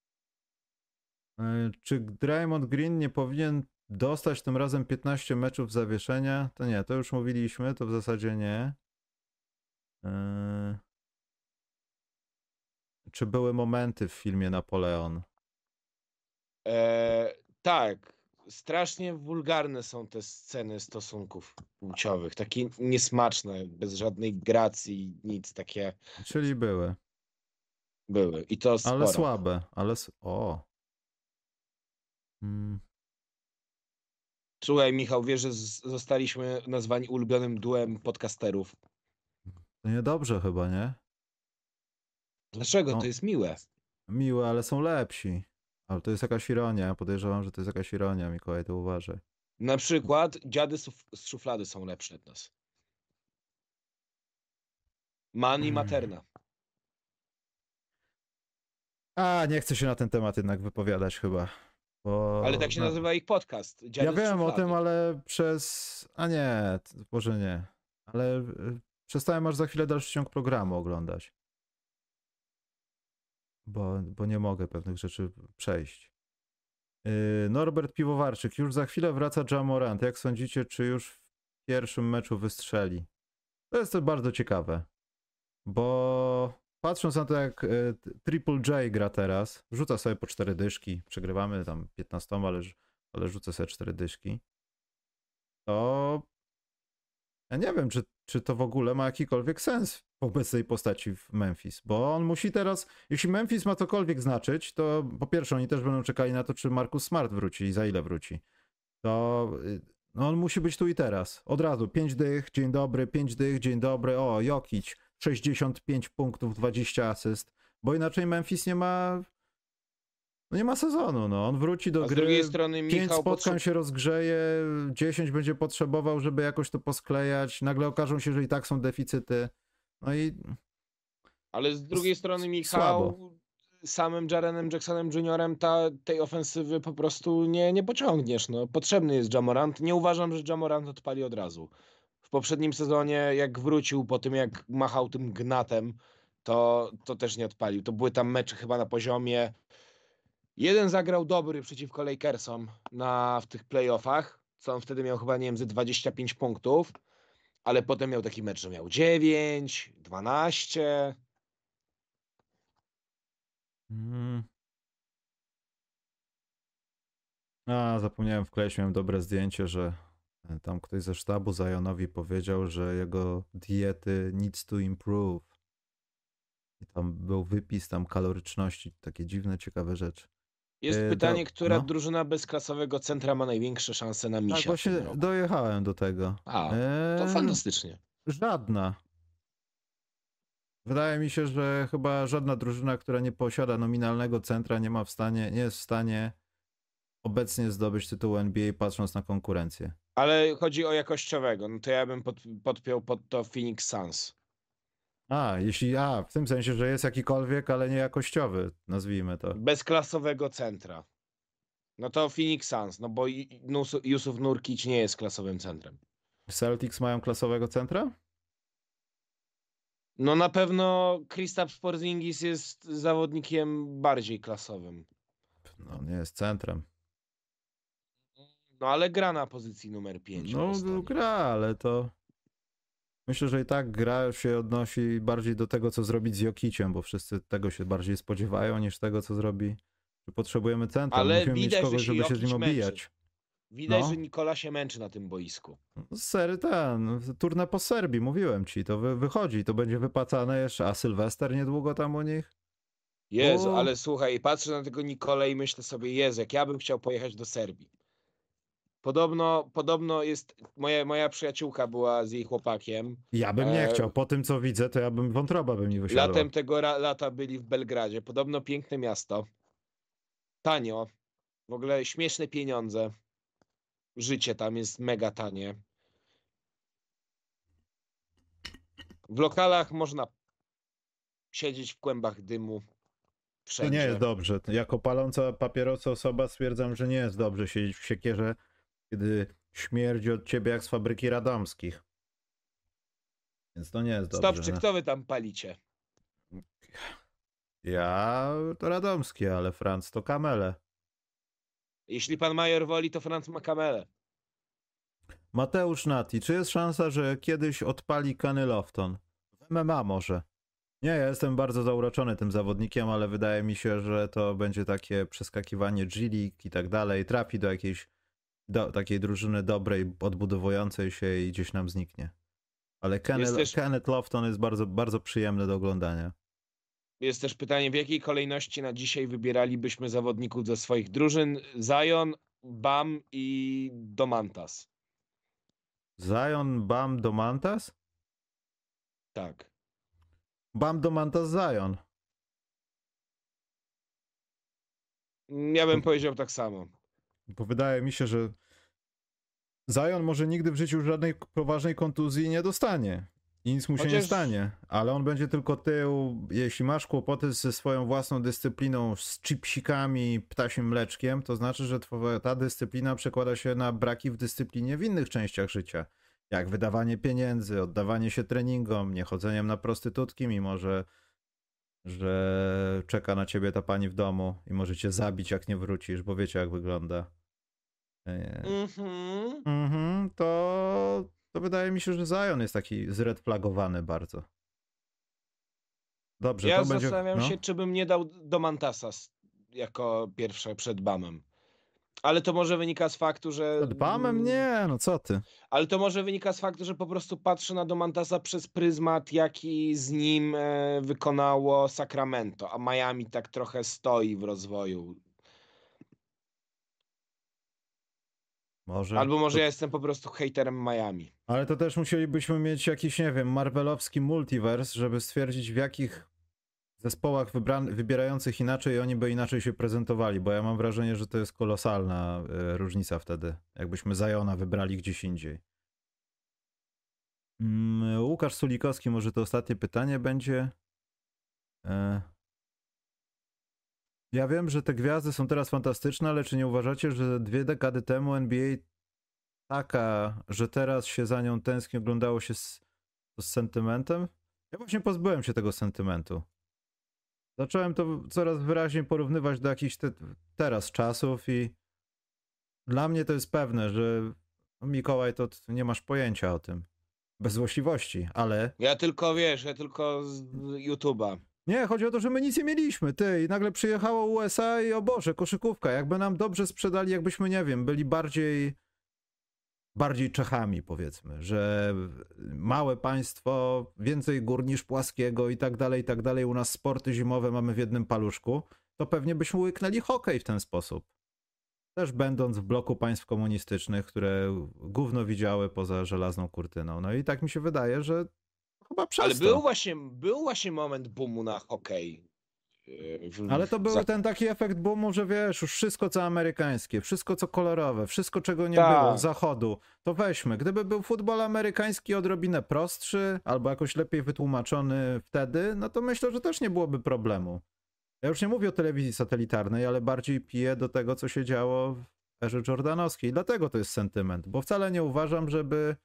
Eee, czy Draymond Green nie powinien dostać tym razem piętnaście meczów zawieszenia? To nie, to już mówiliśmy, to w zasadzie nie. Eee, czy były momenty w filmie Napoleon? E, tak, strasznie wulgarne są te sceny stosunków płciowych. Takie niesmaczne, bez żadnej gracji, nic takie Czyli były, były. I to ale sporo. słabe, ale... s- O. Mm. Słuchaj, Michał, wiesz, że z- zostaliśmy nazwani ulubionym duem podcasterów. To niedobrze chyba, nie? Dlaczego? No, To jest miłe. miłe, ale są lepsi. Ale to jest jakaś ironia. Podejrzewam, że to jest jakaś ironia, Mikołaj, to uważaj. Na przykład dziady z z szuflady są lepsze od nas. Man i Materna. A, nie chcę się na ten temat jednak wypowiadać chyba. Bo... Ale tak się no. nazywa ich podcast. Dziady Ja z wiem o szuflady. tym, ale przez... A nie, t- może nie. Ale y, przestałem aż za chwilę dalszy ciąg programu oglądać. Bo, bo nie mogę pewnych rzeczy przejść. Yy, Norbert Piwowarczyk. Już za chwilę wraca Ja Morant. Jak sądzicie, czy już w pierwszym meczu wystrzeli? To jest to bardzo ciekawe. Bo patrząc na to, jak y, Triple J gra teraz, rzuca sobie po cztery dyszki, przegrywamy tam piętnastoma, ale, ale rzuca sobie cztery dyszki, to ja nie wiem, czy, czy to w ogóle ma jakikolwiek sens w obecnej postaci w Memphis, bo on musi teraz, jeśli Memphis ma cokolwiek znaczyć, to po pierwsze oni też będą czekali na to, czy Marcus Smart wróci i za ile wróci. To y, no on musi być tu i teraz. Od razu, pięć dych, dzień dobry, pięć dych, dzień dobry, o, Jokic, sześćdziesiąt pięć punktów, dwadzieścia asyst, bo inaczej Memphis nie ma no nie ma sezonu, no. On wróci do A z gry, drugiej strony pięć Michał spotkań potrze- się rozgrzeje, dziesięć będzie potrzebował, żeby jakoś to posklejać, nagle okażą się, że i tak są deficyty, no i Ale z drugiej S- strony s- Michał słabo. samym Jarenem Jacksonem juniorem ta, tej ofensywy po prostu nie, nie pociągniesz. No. Potrzebny jest Ja Morant. Nie uważam, że Ja Morant odpali od razu. W poprzednim sezonie, jak wrócił po tym, jak machał tym gnatem, to, to też nie odpalił. To były tam mecze chyba na poziomie. Jeden zagrał dobry przeciwko Lakersom na, w tych playoffach, co on wtedy miał chyba, nie wiem, ze dwadzieścia pięć punktów, ale potem miał taki mecz, że miał dziewięć, dwanaście. Mm. A, zapomniałem wkleić, miałem dobre zdjęcie, że tam ktoś ze sztabu Zionowi powiedział, że jego diety needs to improve. I tam był wypis tam kaloryczności, takie dziwne, ciekawe rzeczy. Jest Yy, pytanie, do, która no. drużyna bez klasowego centra ma największe szanse na Tak, misia w właśnie tym roku? dojechałem do tego. A, to Yy, fantastycznie. żadna. Wydaje mi się, że chyba żadna drużyna, która nie posiada nominalnego centra, nie ma w stanie, nie jest w stanie obecnie zdobyć tytułu N B A, patrząc na konkurencję. Ale chodzi o jakościowego, no to ja bym pod, podpiął pod to Phoenix Suns. A, jeśli, a, w tym sensie, że jest jakikolwiek, ale nie jakościowy, nazwijmy to. Bezklasowego centra. No to Phoenix Suns, no bo Ju- Nus- Jusuf Nurkic nie jest klasowym centrem. Celtics mają klasowego centra? No na pewno Kristaps Porzingis jest zawodnikiem bardziej klasowym. No, nie jest centrem. No ale gra na pozycji numer pięć w No, Bostonie. gra, ale to... Myślę, że i tak gra się odnosi bardziej do tego, co zrobić z Jokiciem, bo wszyscy tego się bardziej spodziewają, niż tego, co zrobi. Że potrzebujemy centra, Ale musimy mieć widać, że kogoś, się żeby się z nim Jokic męczy. obijać. Widać, No. że Nikola się męczy na tym boisku. Sery ten, turnę po Serbii, mówiłem ci, to wy, wychodzi, to będzie wypłacane jeszcze, a Sylwester niedługo tam u nich? Jezu, O. ale słuchaj, patrzę na tego Nikolę i myślę sobie, Jezu, jak ja bym chciał pojechać do Serbii. Podobno, podobno jest, moja, moja przyjaciółka była z jej chłopakiem. Ja bym nie E, chciał, po tym co widzę, to ja bym, wątroba by mi wysiadła. Latem tego ra, lata byli w Belgradzie. Podobno piękne miasto. Tanio. W ogóle śmieszne pieniądze. Życie tam jest mega tanie. W lokalach można siedzieć w kłębach dymu. Wszędzie. To nie jest dobrze. Jako paląca papierosa osoba stwierdzam, że nie jest dobrze siedzieć w siekierze, kiedy śmierdzi od ciebie jak z fabryki radomskich. Więc to nie jest Stop, dobrze. czy No. kto wy tam palicie? Ja to radomskie, ale Franc to kamele. Jeśli pan major woli, to Franz ma kamelę. Mateusz Nati, czy jest szansa, że kiedyś odpali Kenny Lofton? W M M A może. Nie, ja jestem bardzo zauroczony tym zawodnikiem, ale wydaje mi się, że to będzie takie przeskakiwanie G-League i tak dalej. Trafi do jakiejś do, takiej drużyny dobrej, odbudowującej się i gdzieś nam zniknie. Ale Kenny, Jest też- Kenneth Lofton jest bardzo, bardzo przyjemny do oglądania. Jest też pytanie, w jakiej kolejności na dzisiaj wybieralibyśmy zawodników ze swoich drużyn? Zion, Bam i Domantas. Zion, Bam, Domantas? Tak. Bam, Domantas, Zion. Ja bym powiedział tak samo. Bo wydaje mi się, że Zion może nigdy w życiu żadnej poważnej kontuzji nie dostanie. I nic mu się Chociaż- nie stanie. Ale on będzie tylko tył. Jeśli masz kłopoty ze swoją własną dyscypliną, z chipsikami, ptasim mleczkiem, to znaczy, że twoja, ta dyscyplina przekłada się na braki w dyscyplinie w innych częściach życia. Jak wydawanie pieniędzy, oddawanie się treningom, niechodzeniem na prostytutki, mimo że, że czeka na ciebie ta pani w domu i może cię zabić, jak nie wrócisz, bo wiecie, jak wygląda. Mhm. Mhm, to, to wydaje mi się, że Zion jest taki zredflagowany bardzo. Dobrze, Ja to będzie... zastanawiam no. się, czy bym nie dał Domantasa s- jako pierwsze przed Bamem. Ale to może wynika z faktu, że... Przed Bamem? Nie, no co ty. Ale to może wynika z faktu, że po prostu patrzę na Domantasa przez pryzmat, jaki z nim e, wykonało Sacramento, a Miami tak trochę stoi w rozwoju. Może. Albo może to... ja jestem po prostu hejterem Miami. Ale to też musielibyśmy mieć jakiś, nie wiem, marvelowski multiverse, żeby stwierdzić, w jakich zespołach wybra- wybierających inaczej oni by inaczej się prezentowali, bo ja mam wrażenie, że to jest kolosalna y, różnica wtedy, jakbyśmy Ziona wybrali gdzieś indziej. Mm, Łukasz Sulikowski, może to ostatnie pytanie będzie. E... Ja wiem, że te gwiazdy są teraz fantastyczne, ale czy nie uważacie, że dwie dekady temu N B A taka, że teraz się za nią tęskni, oglądało się z, z sentymentem? Ja właśnie pozbyłem się tego sentymentu. Zacząłem to coraz wyraźniej porównywać do jakichś te, teraz czasów i dla mnie to jest pewne, że no Mikołaj, to nie masz pojęcia o tym. Bez złośliwości, ale... Ja tylko, wiesz, ja tylko z YouTube'a. Nie, chodzi o to, że my nic nie mieliśmy, ty, i nagle przyjechało U S A i o Boże, koszykówka, jakby nam dobrze sprzedali, jakbyśmy, nie wiem, byli bardziej bardziej Czechami, powiedzmy, że małe państwo, więcej gór niż płaskiego i tak dalej, i tak dalej, u nas sporty zimowe mamy w jednym paluszku to pewnie byśmy łyknęli hokej w ten sposób. Też będąc w bloku państw komunistycznych, które gówno widziały poza żelazną kurtyną. No i tak mi się wydaje, że chyba przez Ale to. był właśnie, był właśnie moment boomu na hokej. yy, W, Ale to w, był za... ten taki efekt boomu, że wiesz, już wszystko co amerykańskie, wszystko co kolorowe, wszystko czego nie Ta. było z zachodu, to weźmy. Gdyby był futbol amerykański odrobinę prostszy, albo jakoś lepiej wytłumaczony wtedy, no to myślę, że też nie byłoby problemu. Ja już nie mówię o telewizji satelitarnej, ale bardziej piję do tego, co się działo w erze jordanowskiej. Dlatego to jest sentyment, bo wcale nie uważam, żeby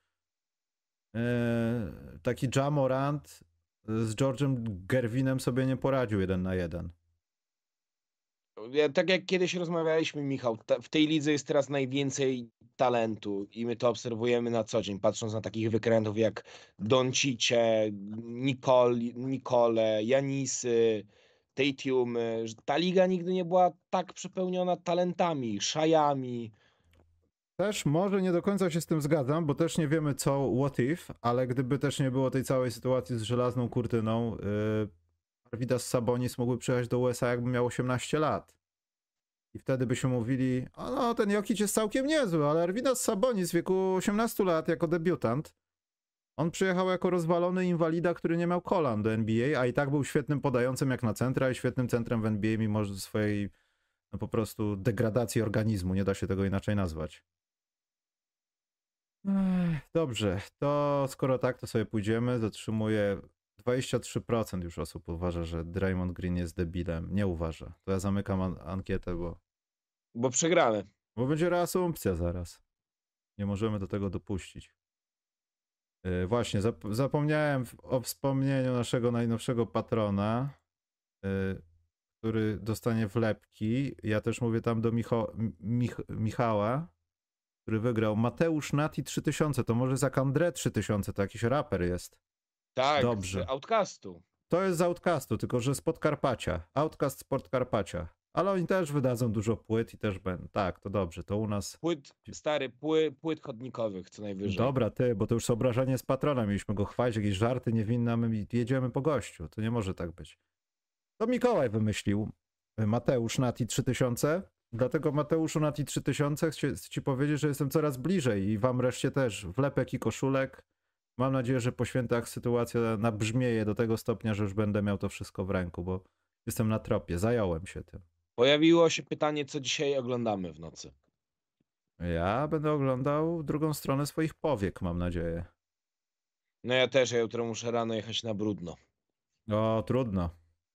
e, taki Ja Morant z George'em Gerwinem sobie nie poradził jeden na jeden. Ja, tak jak kiedyś rozmawialiśmy, Michał, ta, w tej lidze jest teraz najwięcej talentu i my to obserwujemy na co dzień, patrząc na takich wykrętów jak Doncicie, Nicole, Nicole, Janisy, Tatiumy. Że ta liga nigdy nie była tak przepełniona talentami, szajami. Też może nie do końca się z tym zgadzam, bo też nie wiemy co what if, ale gdyby też nie było tej całej sytuacji z żelazną kurtyną, yy, Arvidas Sabonis mógłby przyjechać do U S A jakby miał osiemnaście lat. I wtedy byśmy mówili, o no ten Jokic jest całkiem niezły, ale Arvidas Sabonis w wieku osiemnastu lat jako debiutant, on przyjechał jako rozwalony inwalida, który nie miał kolan do N B A, a i tak był świetnym podającym jak na centra i świetnym centrem w N B A mimo swojej no, po prostu degradacji organizmu, nie da się tego inaczej nazwać. Ech, dobrze, to skoro tak, to sobie pójdziemy. Zatrzymuję. dwadzieścia trzy procent już osób uważa, że Draymond Green jest debilem. Nie uważa. To ja zamykam an ankietę, bo... Bo przegramy. Bo będzie reasumpcja zaraz. Nie możemy do tego dopuścić. Yy, właśnie, zap zapomniałem o wspomnieniu naszego najnowszego patrona, yy, który dostanie wlepki. Ja też mówię tam do Micho Mich Michała, który wygrał. Mateusz Nati trzy tysiące, to może za Kandrę trzy tysiące, to jakiś raper jest. Tak, Dobrze. z Outcastu. To jest z Outcastu, tylko że z Podkarpacia. Outcast z Podkarpacia. Ale oni też wydadzą dużo płyt i też będą. Tak, to dobrze, to u nas... Płyt, stary, pły, płyt chodnikowych co najwyżej. Dobra, ty, bo to już obrażenie z patrona. Mieliśmy go chwalić, jakieś żarty niewinne, a my jedziemy po gościu. To nie może tak być. To Mikołaj wymyślił Mateusz Nati trzy tysiące. Dlatego Mateuszu Nati trzy tysiące chcę ci powiedzieć, że jestem coraz bliżej i wam reszcie też. Wlepek i koszulek. Mam nadzieję, że po świętach sytuacja nabrzmieje do tego stopnia, że już będę miał to wszystko w ręku, bo jestem na tropie, zająłem się tym. Pojawiło się pytanie, co dzisiaj oglądamy w nocy. Ja będę oglądał drugą stronę swoich powiek, mam nadzieję. No ja też, ja jutro muszę rano jechać na Brudno. O, trudno.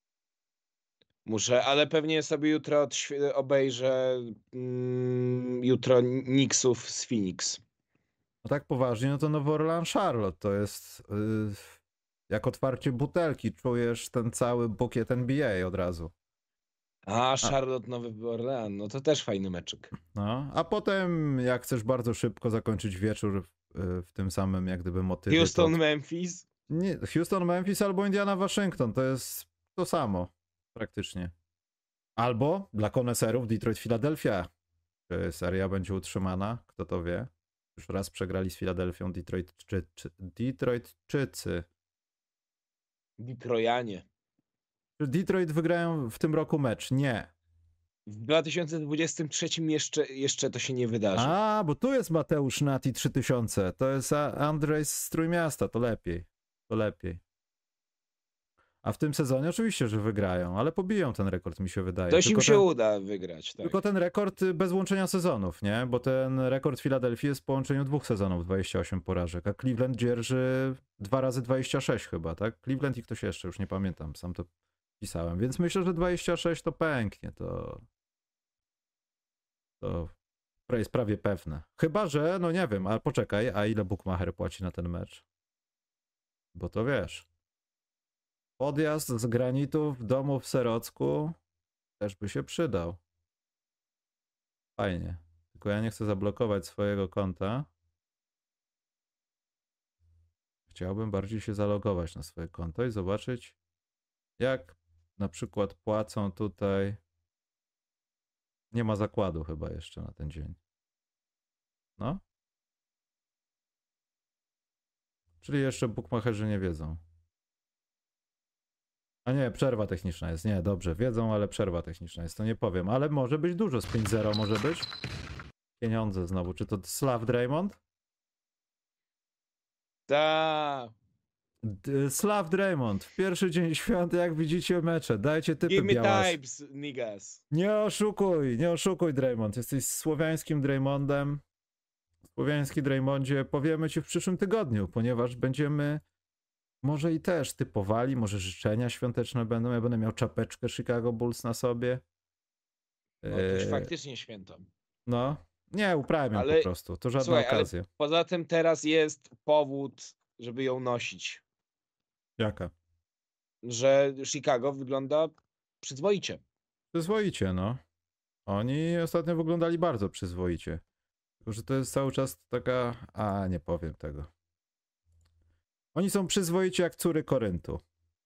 Muszę, ale pewnie sobie jutro obejrzę mm, jutro Knicksów z Phoenix. No tak poważnie, no to Nowy Orleans Charlotte to jest yy, jak otwarcie butelki, czujesz ten cały bukiet N B A od razu. A, Charlotte, Nowy Orleans, no to też fajny meczek. No, a potem jak chcesz bardzo szybko zakończyć wieczór w, w tym samym jak gdyby motywie. Houston, to... Memphis? Nie, Houston, Memphis albo Indiana, Waszyngton, to jest to samo praktycznie. Albo dla koneserów Detroit, Philadelphia. Czy seria będzie utrzymana? Kto to wie? Już raz przegrali z Filadelfią Detroit, czy, czy, Detroitczycy. Detroianie. Czy Detroit wygrają w tym roku mecz? Nie. W dwa tysiące dwudziestym trzecim jeszcze, jeszcze to się nie wydarzy. A, bo tu jest Mateusz Nati trzy tysiące. To jest Andrzej z Trójmiasta. To lepiej. To lepiej. A w tym sezonie oczywiście, że wygrają, ale pobiją ten rekord, mi się wydaje. To im się ten, uda wygrać. Tak. Tylko ten rekord bez łączenia sezonów, nie? Bo ten rekord Filadelfii jest w połączeniu dwóch sezonów, dwadzieścia osiem porażek, a Cleveland dzierży dwa razy dwadzieścia sześć chyba, tak? Cleveland i ktoś jeszcze, już nie pamiętam, sam to pisałem. Więc myślę, że dwadzieścia sześć to pęknie, to... To jest prawie pewne. Chyba, że, no nie wiem, ale poczekaj, a ile Bookmacher płaci na ten mecz? Bo to wiesz... Podjazd z granitu w domu w Serocku też by się przydał. Fajnie. Tylko ja nie chcę zablokować swojego konta. Chciałbym bardziej się zalogować na swoje konto i zobaczyć, jak na przykład płacą tutaj. Nie ma zakładu chyba jeszcze na ten dzień. No. Czyli jeszcze bookmacherzy nie wiedzą. A nie, przerwa techniczna jest. Nie, dobrze, wiedzą, ale przerwa techniczna jest, to nie powiem. Ale może być dużo, z pięć zero może być. Pieniądze znowu. Czy to Slav Draymond? Ta. D- Slav Draymond. W pierwszy dzień świąt, jak widzicie mecze. Dajcie typy, Give me Białas. types, niggas. Nie oszukuj, nie oszukuj, Draymond. Jesteś słowiańskim Draymondem. Słowiański Draymondzie, powiemy ci w przyszłym tygodniu, ponieważ będziemy może i też typowali, może życzenia świąteczne będą. Ja będę miał czapeczkę Chicago Bulls na sobie. No to już Eee, faktycznie święto. No, nie, uprawiam Ale po prostu. To żadna słuchaj, ale okazja. poza tym teraz jest powód, żeby ją nosić. Jaka? Że Chicago wygląda przyzwoicie. Przyzwoicie, no. Oni ostatnio wyglądali bardzo przyzwoicie. Tylko, że to jest cały czas taka... A, nie powiem tego. Oni są przyzwoici jak córy Koryntu.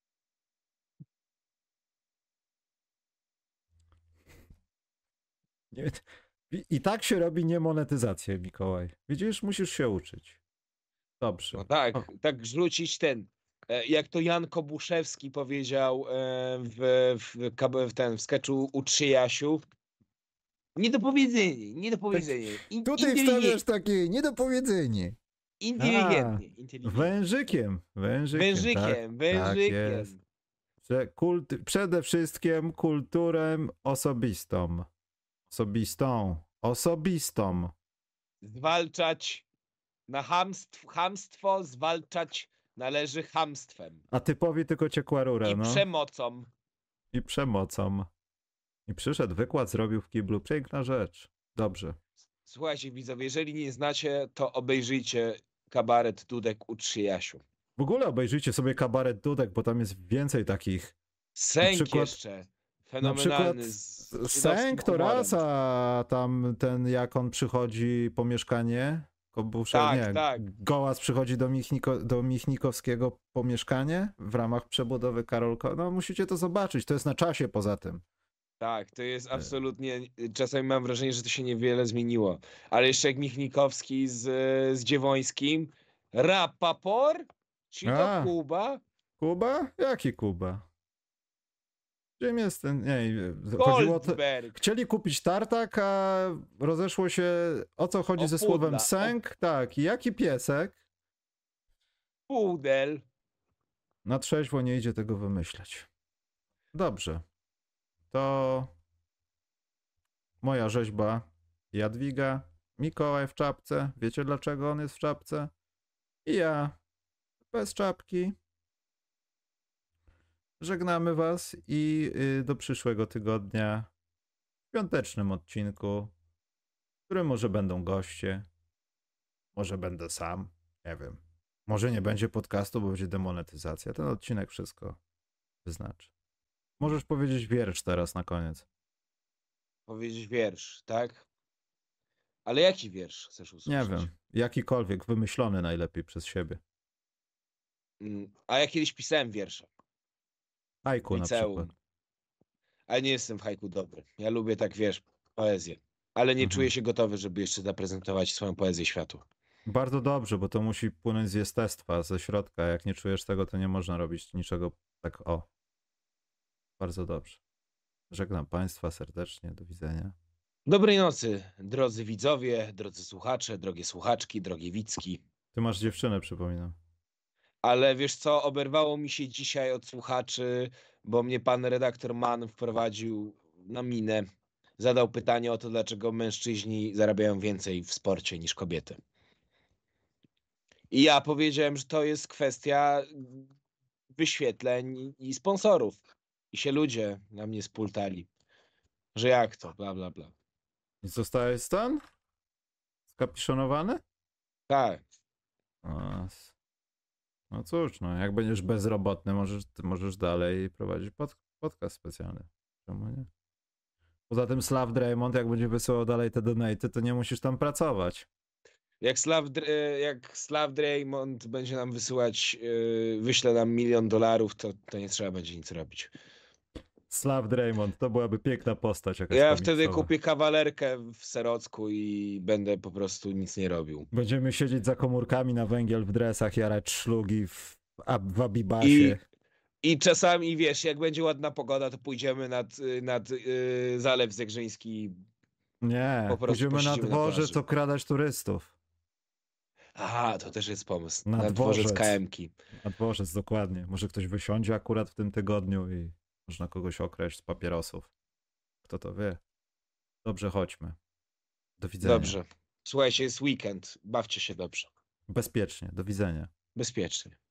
Nie, i, I tak się robi niemonetyzację, Mikołaj. Widzisz, musisz się uczyć. Dobrze. No tak, O. tak rzucić ten, e, jak to Jan Kobuszewski powiedział e, w, w, kab- w ten w sketchu u Trzyjasiu. Niedopowiedzenie, niedopowiedzenie. In, Tutaj inteligen- wstawiasz takie niedopowiedzenie. inteligentnie, A, inteligentnie. Wężykiem, wężykiem. Wężykiem, tak, wężykiem. Tak jest. Prze- kulty- przede wszystkim kulturę osobistą. Osobistą. Osobistą. Zwalczać na chamstw, chamstwo zwalczać należy chamstwem. A typowi tylko ciekła rura, I no. przemocą. I przemocą. I przyszedł wykład, zrobił w kiblu. Piękna rzecz. Dobrze. Słuchajcie widzowie, jeżeli nie znacie, to obejrzyjcie kabaret Dudek u Trzyjasiu. W ogóle obejrzyjcie sobie kabaret Dudek, bo tam jest więcej takich. Sęk przykład- jeszcze. Na Fenomenalny. przykład z żydowskim Sęk to humorem. raz, a tam ten jak on przychodzi po mieszkanie, Kobusze, Tak, nie, tak. Gołas przychodzi do, Michniko, do Michnikowskiego po mieszkanie w ramach przebudowy Karolko. No musicie to zobaczyć, to jest na czasie poza tym. Tak, to jest absolutnie. Czasami mam wrażenie, że to się niewiele zmieniło. Ale jeszcze jak Michnikowski z, z Dziewońskim. Rapapor? Czy to A. Kuba? Kuba? Jaki Kuba? Czym jest ten, nie, chodziło o to, Goldberg. chcieli kupić tartak, a rozeszło się, o co chodzi O ze pudla, słowem o- sęk? Tak, i jaki piesek? Pudel. Na trzeźwo nie idzie tego wymyśleć. Dobrze. To moja rzeźba Jadwiga, Mikołaj w czapce. Wiecie dlaczego on jest w czapce? I ja bez czapki. Żegnamy was i y, do przyszłego tygodnia w świątecznym odcinku, w którym może będą goście, może będę sam, nie wiem. Może nie będzie podcastu, bo będzie demonetyzacja. Ten odcinek wszystko wyznaczy. Możesz powiedzieć wiersz teraz na koniec. Powiedzieć wiersz, tak? Ale jaki wiersz chcesz usłyszeć? Nie wiem, jakikolwiek, wymyślony najlepiej przez siebie. Mm, A ja kiedyś pisałem wiersze. Haiku na Liceum. przykład. Ale nie jestem w haiku dobry. Ja lubię tak, wiesz, poezję. Ale nie Mhm. czuję się gotowy, żeby jeszcze zaprezentować swoją poezję światu. Bardzo dobrze, bo to musi płynąć z jestestwa, ze środka. Jak nie czujesz tego, to nie można robić niczego tak o. Bardzo dobrze. Żegnam Państwa serdecznie. Do widzenia. Dobrej nocy, drodzy widzowie, drodzy słuchacze, drogie słuchaczki, drogie widzki. Ty masz dziewczynę, przypominam. Ale wiesz co, oberwało mi się dzisiaj od słuchaczy, bo mnie pan redaktor Mann wprowadził na minę. Zadał pytanie o to, dlaczego mężczyźni zarabiają więcej w sporcie niż kobiety. I ja powiedziałem, że to jest kwestia wyświetleń i sponsorów. I się ludzie na mnie spultali, że jak to, bla, bla, bla. I zostałeś stan? Skapiszonowany? Tak. O, s- No cóż, no jak będziesz bezrobotny, możesz, ty możesz dalej prowadzić pod, podcast specjalny. Czemu nie? Poza tym Slav Draymond, jak będzie wysyłał dalej te donaty, to nie musisz tam pracować. Jak Slav, Dr- jak Slav Draymond będzie nam wysyłać, yy, wyśle nam milion dolarów, to, to nie trzeba będzie nic robić. Slav Draymond, to byłaby piękna postać jakaś Ja komiksowa. wtedy kupię kawalerkę w Serocku i będę po prostu nic nie robił. Będziemy siedzieć za komórkami na węgiel w dresach, jarać szlugi w, a, w Abibasie. I, I czasami, wiesz, jak będzie ładna pogoda, to pójdziemy nad, nad yy, Zalew Zegrzyński. Nie, Po prostu pójdziemy na posiedzimy na dworzec plaży. okradać turystów. Aha, to też jest pomysł. Na Na dworzec dworzec. K M-ki. Na dworzec, dokładnie. Może ktoś wysiądzie akurat w tym tygodniu i można kogoś okraść z papierosów. Kto to wie? Dobrze, chodźmy. Do widzenia. Dobrze. Słuchajcie, jest weekend. Bawcie się dobrze. Bezpiecznie, do widzenia. Bezpiecznie.